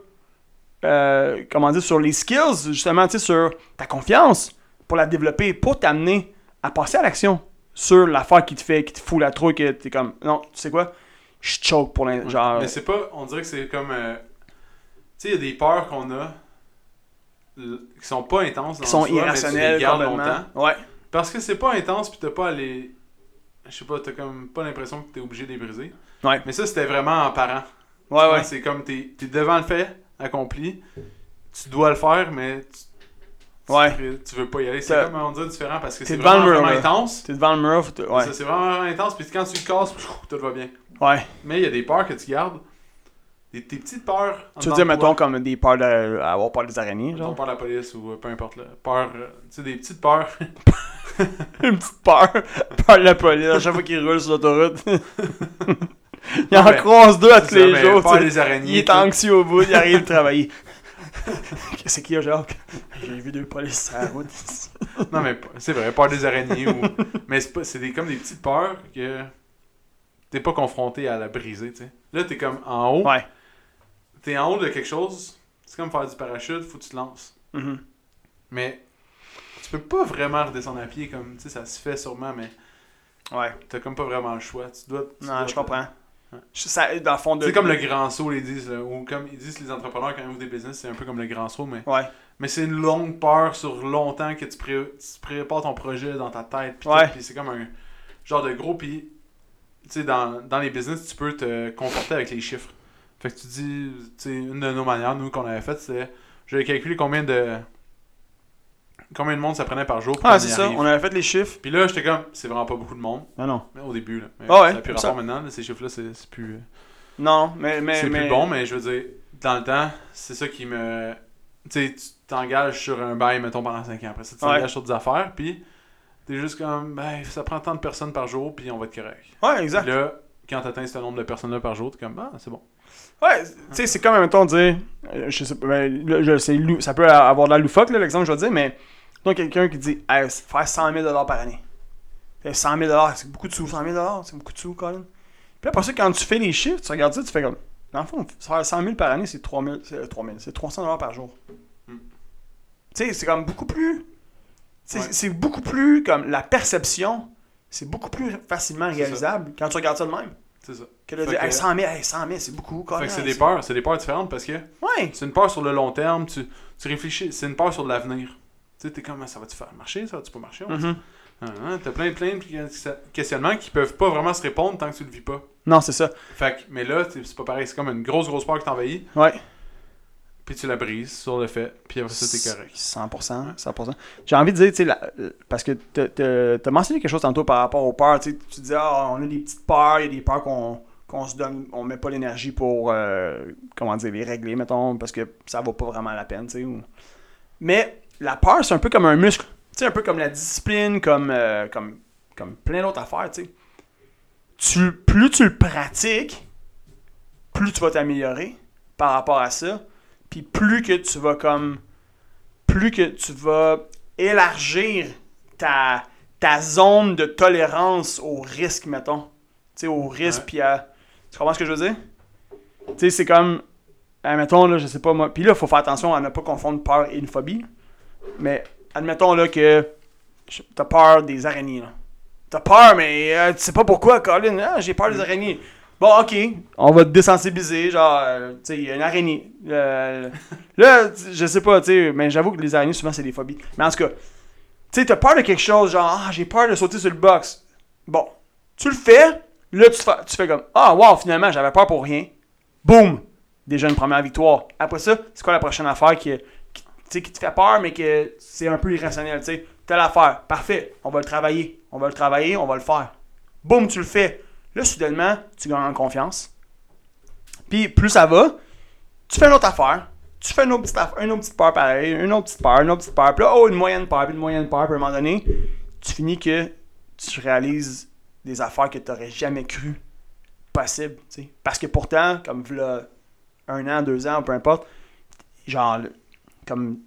sur les skills, justement, tu sais, sur ta confiance pour la développer, pour t'amener à passer à l'action sur l'affaire qui te fout la trouille, que t'es comme, non, tu sais quoi? Je choke pour l'instant. Genre... Mais c'est pas, on dirait que c'est comme, tu sais, il y a des peurs qu'on a qui sont pas intenses, qui sont irrationnelles, mais tu les gardes complètement. longtemps. Ouais. Parce que c'est pas intense, puis t'as pas à les, je sais pas, t'as comme pas l'impression que t'es obligé de les briser. Ouais. Mais ça, c'était vraiment en parent. Ouais, ouais. C'est comme t'es devant le fait accompli, tu dois le faire, mais tu veux pas y aller. C'est comme, on dirait, différent parce que c'est devant le vraiment, mur, vraiment là. intense. T'es devant le mur, ouais. Ça, c'est vraiment intense, puis quand tu le casses, tout va bien. Ouais. Mais il y a des peurs que tu gardes. Tes petites peurs. Tu veux dire, mettons, comme des peurs d'avoir peur des araignées, Genre genre? peur de la police ou peu importe. Là. Peur, tu sais, des petites peurs. Une petite peur. Peur de la police, à chaque fois qu'il roule sur l'autoroute. Il en mais- croise deux à tous les jours. Peur tu sais. des araignées. Il est anxieux au bout, il arrive de travailler. Qu'est-ce qu'il y a, Jacques? J'ai vu deux polices sur la route. Non, mais c'est vrai, peur des araignées. Mais c'est comme des petites peurs que t'es pas confronté à la briser, tu sais. Là, t'es comme en haut. Ouais. T'es en haut de quelque chose. C'est comme faire du parachute, faut que tu te lances. Mhm. Mais tu peux pas vraiment redescendre à pied comme, tu sais, ça se fait sûrement, mais Ouais. t'as comme pas vraiment le choix. Tu dois Non, je comprends. Ouais. Ça, dans le fond de... C'est comme le grand saut, ils disent, là, ou comme ils disent les entrepreneurs quand ils ouvrent des business, c'est un peu comme le grand saut, mais Ouais. c'est une longue peur sur longtemps que tu prépares ton projet dans ta tête, puis Ouais. puis c'est comme un genre de gros, puis tu sais, dans les business, tu peux te comporter avec les chiffres. Fait que tu dis, tu sais, une de nos manières, nous, qu'on avait fait, c'était, j'avais calculé combien de monde ça prenait par jour pour Ah, qu'on c'est y ça, arrive. on avait fait les chiffres. Puis là, j'étais comme, c'est vraiment pas beaucoup de monde, Non, non. mais au début, là. Mais Ah ouais, ça a plus comme ça. rapport maintenant, là, ces chiffres-là, c'est plus... Non, mais c'est plus bon, mais je veux dire, dans le temps, c'est ça qui me... Tu sais, tu t'engages sur un bail, mettons, pendant 5 ans. Après ça, tu t'engages sur des affaires, puis t'es juste comme, ben, ça prend tant de personnes par jour, puis on va être correct. Ouais, exact. Puis là, quand t'atteins ce nombre de personnes-là par jour, t'es comme, ah, c'est bon. Ouais, tu sais, c'est comme, mettons, dire, je sais pas, ben, là, ça peut avoir de la loufoque, là, l'exemple que je vais dire, mais, donc quelqu'un qui dit, hey, faire 100 000 $ par année. Fait 100 000 $, c'est beaucoup de sous, 100 000 $, c'est beaucoup de sous, Colin. Puis après ça, quand tu fais les chiffres, tu regardes ça, tu fais comme, dans le fond, faire 100 000 par année, c'est 300 $ par jour. Mm. Tu sais, c'est comme beaucoup plus, Ouais. c'est beaucoup plus, comme, la perception, c'est beaucoup plus facilement C'est réalisable quand tu regardes ça de même. C'est ça. Que de Fait dire, que- hey, 100 000, c'est beaucoup, Colin. Fait que c'est des peurs différentes parce que Ouais. c'est une peur sur le long terme, tu réfléchis, c'est une peur sur l'avenir. Tu sais, t'es comme, ça va-tu faire marcher, ça va-tu pas marcher? Mhm. T'as plein de questionnements qui peuvent pas vraiment se répondre tant que tu le vis pas. Non, c'est ça. Fait que, mais là, c'est pas pareil, c'est comme une grosse peur qui t'envahit, Ouais. puis tu la brises sur le fait, puis après ça, t'es correct. 100%. J'ai envie de dire, tu sais, parce que t'as mentionné quelque chose tantôt par rapport aux peurs. Tu dis, on a des petites peurs, il y a des peurs qu'on se donne, on met pas l'énergie pour, les régler, mettons, parce que ça vaut pas vraiment la peine, tu sais. Mais la peur, c'est un peu comme un muscle. Tu sais, un peu comme la discipline, comme plein d'autres affaires, tu sais. Plus tu le pratiques, plus tu vas t'améliorer par rapport à ça. Puis plus que tu vas élargir ta zone de tolérance au risque, mettons. Tu sais, au risque, Ouais. puis à... Tu comprends ce que je veux dire? Tu sais, c'est comme... Admettons, là, je sais pas moi... Puis là, il faut faire attention à ne pas confondre peur et une phobie. Mais admettons, là, que t'as peur des araignées, là. T'as peur, mais tu sais pas pourquoi, Colin. Ah, j'ai peur des araignées. Bon, ok, on va te désensibiliser, genre, tu sais, il y a une araignée. Là, je sais pas, tu sais, mais j'avoue que les araignées, souvent, c'est des phobies. Mais en tout cas, Tu sais, t'as peur de quelque chose, genre, ah, j'ai peur de sauter sur le box. Bon, tu le fais, là, tu fais comme, ah, wow, finalement, j'avais peur pour rien. Boum! Déjà une première victoire. Après ça, c'est quoi la prochaine affaire qui te fait peur, mais que c'est un peu irrationnel, tu sais? Telle affaire, parfait, on va le travailler, on va le faire. Boum, tu le fais. Là, soudainement, tu gagnes en confiance. Puis, plus ça va, tu fais une autre affaire. Tu fais une autre petite peur pareil, une autre petite peur. Puis là, oh, une moyenne peur. Puis à un moment donné, tu finis que tu réalises des affaires que tu n'aurais jamais cru possibles. T'sais. Parce que pourtant, comme là, 1 an, 2 ans, peu importe, genre, comme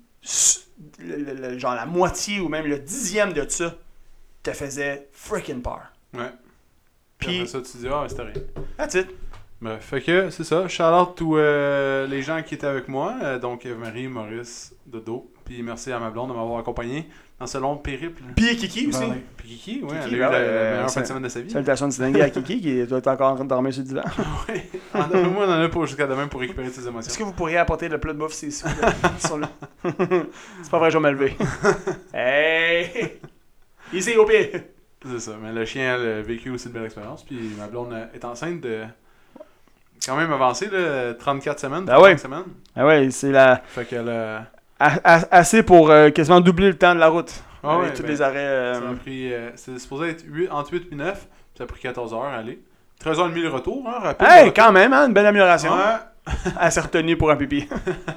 genre la moitié ou même le 10e de ça te faisait freaking peur. Ouais. Puis après ça, tu te dis, ah, c'était rien. That's it. Bref, fait que c'est ça. Shout out tous les gens qui étaient avec moi. Donc, Eve-Marie, Maurice, Dodo. Puis merci à ma blonde de m'avoir accompagné dans ce long périple. Puis Kiki aussi. Puis Kiki, ouais, Kiki, elle a eu la meilleure fin de semaine de sa vie. Salutations de distinguer à Kiki qui doit être encore en train de dormir sur le divan. Oui. Moi, on en a pour jusqu'à demain pour récupérer ses émotions. Est-ce que vous pourriez apporter le plat de bouffe s'ils sont là? C'est pas vrai, je vais me lever. Hey! Ici, au pied! C'est ça, mais le chien a vécu aussi de belles expériences. Puis ma blonde est enceinte de quand même avancé, là, 34 semaines. Ben ouais. Semaines. Ah ouais, c'est la. Fait qu'elle a. Assez pour quasiment doubler le temps de la route. Ah avec ouais, tous ben, les arrêts. Ça a pris. C'était supposé être entre 8 et 9. Ça a pris 14 heures à aller. 13h30 le retour, hein, rapide. Hey, quand même, hein, une belle amélioration. Ouais. Elle s'est retenue pour un pipi.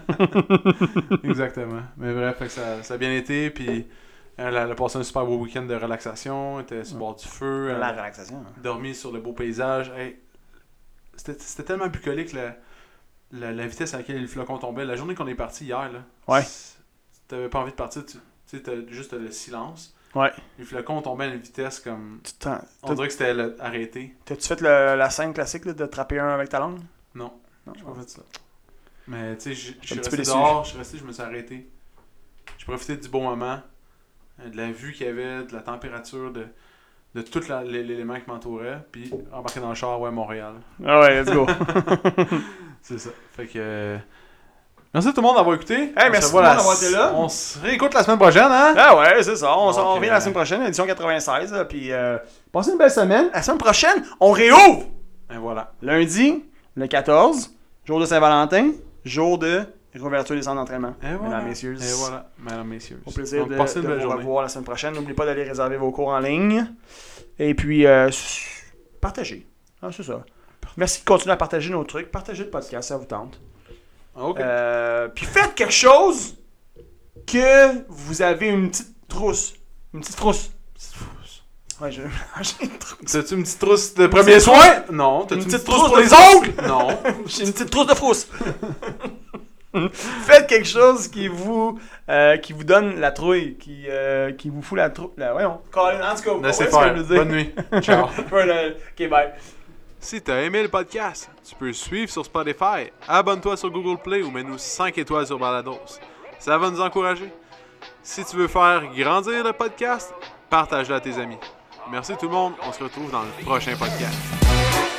Exactement. Mais bref, fait que ça a bien été. Puis elle a passé un super beau week-end de relaxation. Elle était sur le bord du feu. La relaxation. Hein. Dormi sur le beau paysage. Hey, c'était tellement bucolique la vitesse à laquelle les flocons tombaient. La journée qu'on est parti hier, là. Ouais. T'avais pas envie de partir. Tu sais, t'as juste le silence. Ouais. Les flocons tombaient à une vitesse comme. On dirait que c'était arrêté. T'as-tu fait la scène classique là, de trapper un avec ta langue? Non. J'ai pas fait ça. Mais tu sais, je suis un petit resté peu dehors, je me suis arrêté. J'ai profité du beau moment, de la vue qu'il y avait, de la température, de tout l'élément qui m'entourait, puis embarqué dans le char, ouais, Montréal. Ah ouais, let's go. C'est ça. Fait que. Merci tout le monde d'avoir écouté. Hey, merci tout le monde d'avoir été là. On se réécoute la semaine prochaine, hein? Ah ouais, c'est ça. On Donc, revient la semaine prochaine, édition 96. Là, puis passez une belle semaine. La semaine prochaine, on réouvre! Et voilà. Lundi, le 14, jour de Saint-Valentin, jour de réouverture des centres d'entraînement. Et voilà. Mesdames, messieurs. Et voilà, mesdames, messieurs. Au plaisir Donc, passez une de belle vous journée. revoir la semaine prochaine. N'oubliez pas d'aller réserver vos cours en ligne. Et puis, partagez. Ah, c'est ça. Merci de continuer à partager nos trucs. Partagez le podcast, ça vous tente. OK. Puis faites quelque chose que vous avez une petite trousse. Une petite trousse. Ouais, j'ai une trousse. T'as-tu une petite trousse de premiers soins? Non. T'as-tu une petite trousse pour les ongles? Non. J'ai une petite trousse de frousse. Faites quelque chose qui vous donne la trouille, qui vous fout la trouille. Voyons. En tout cas, Laissez faire. Bonne nuit. Ciao. Ok, bye. Si t'as aimé le podcast, tu peux le suivre sur Spotify, abonne-toi sur Google Play ou mets-nous 5 étoiles sur Balados. Ça va nous encourager. Si tu veux faire grandir le podcast, partage-le à tes amis. Merci tout le monde, on se retrouve dans le prochain podcast.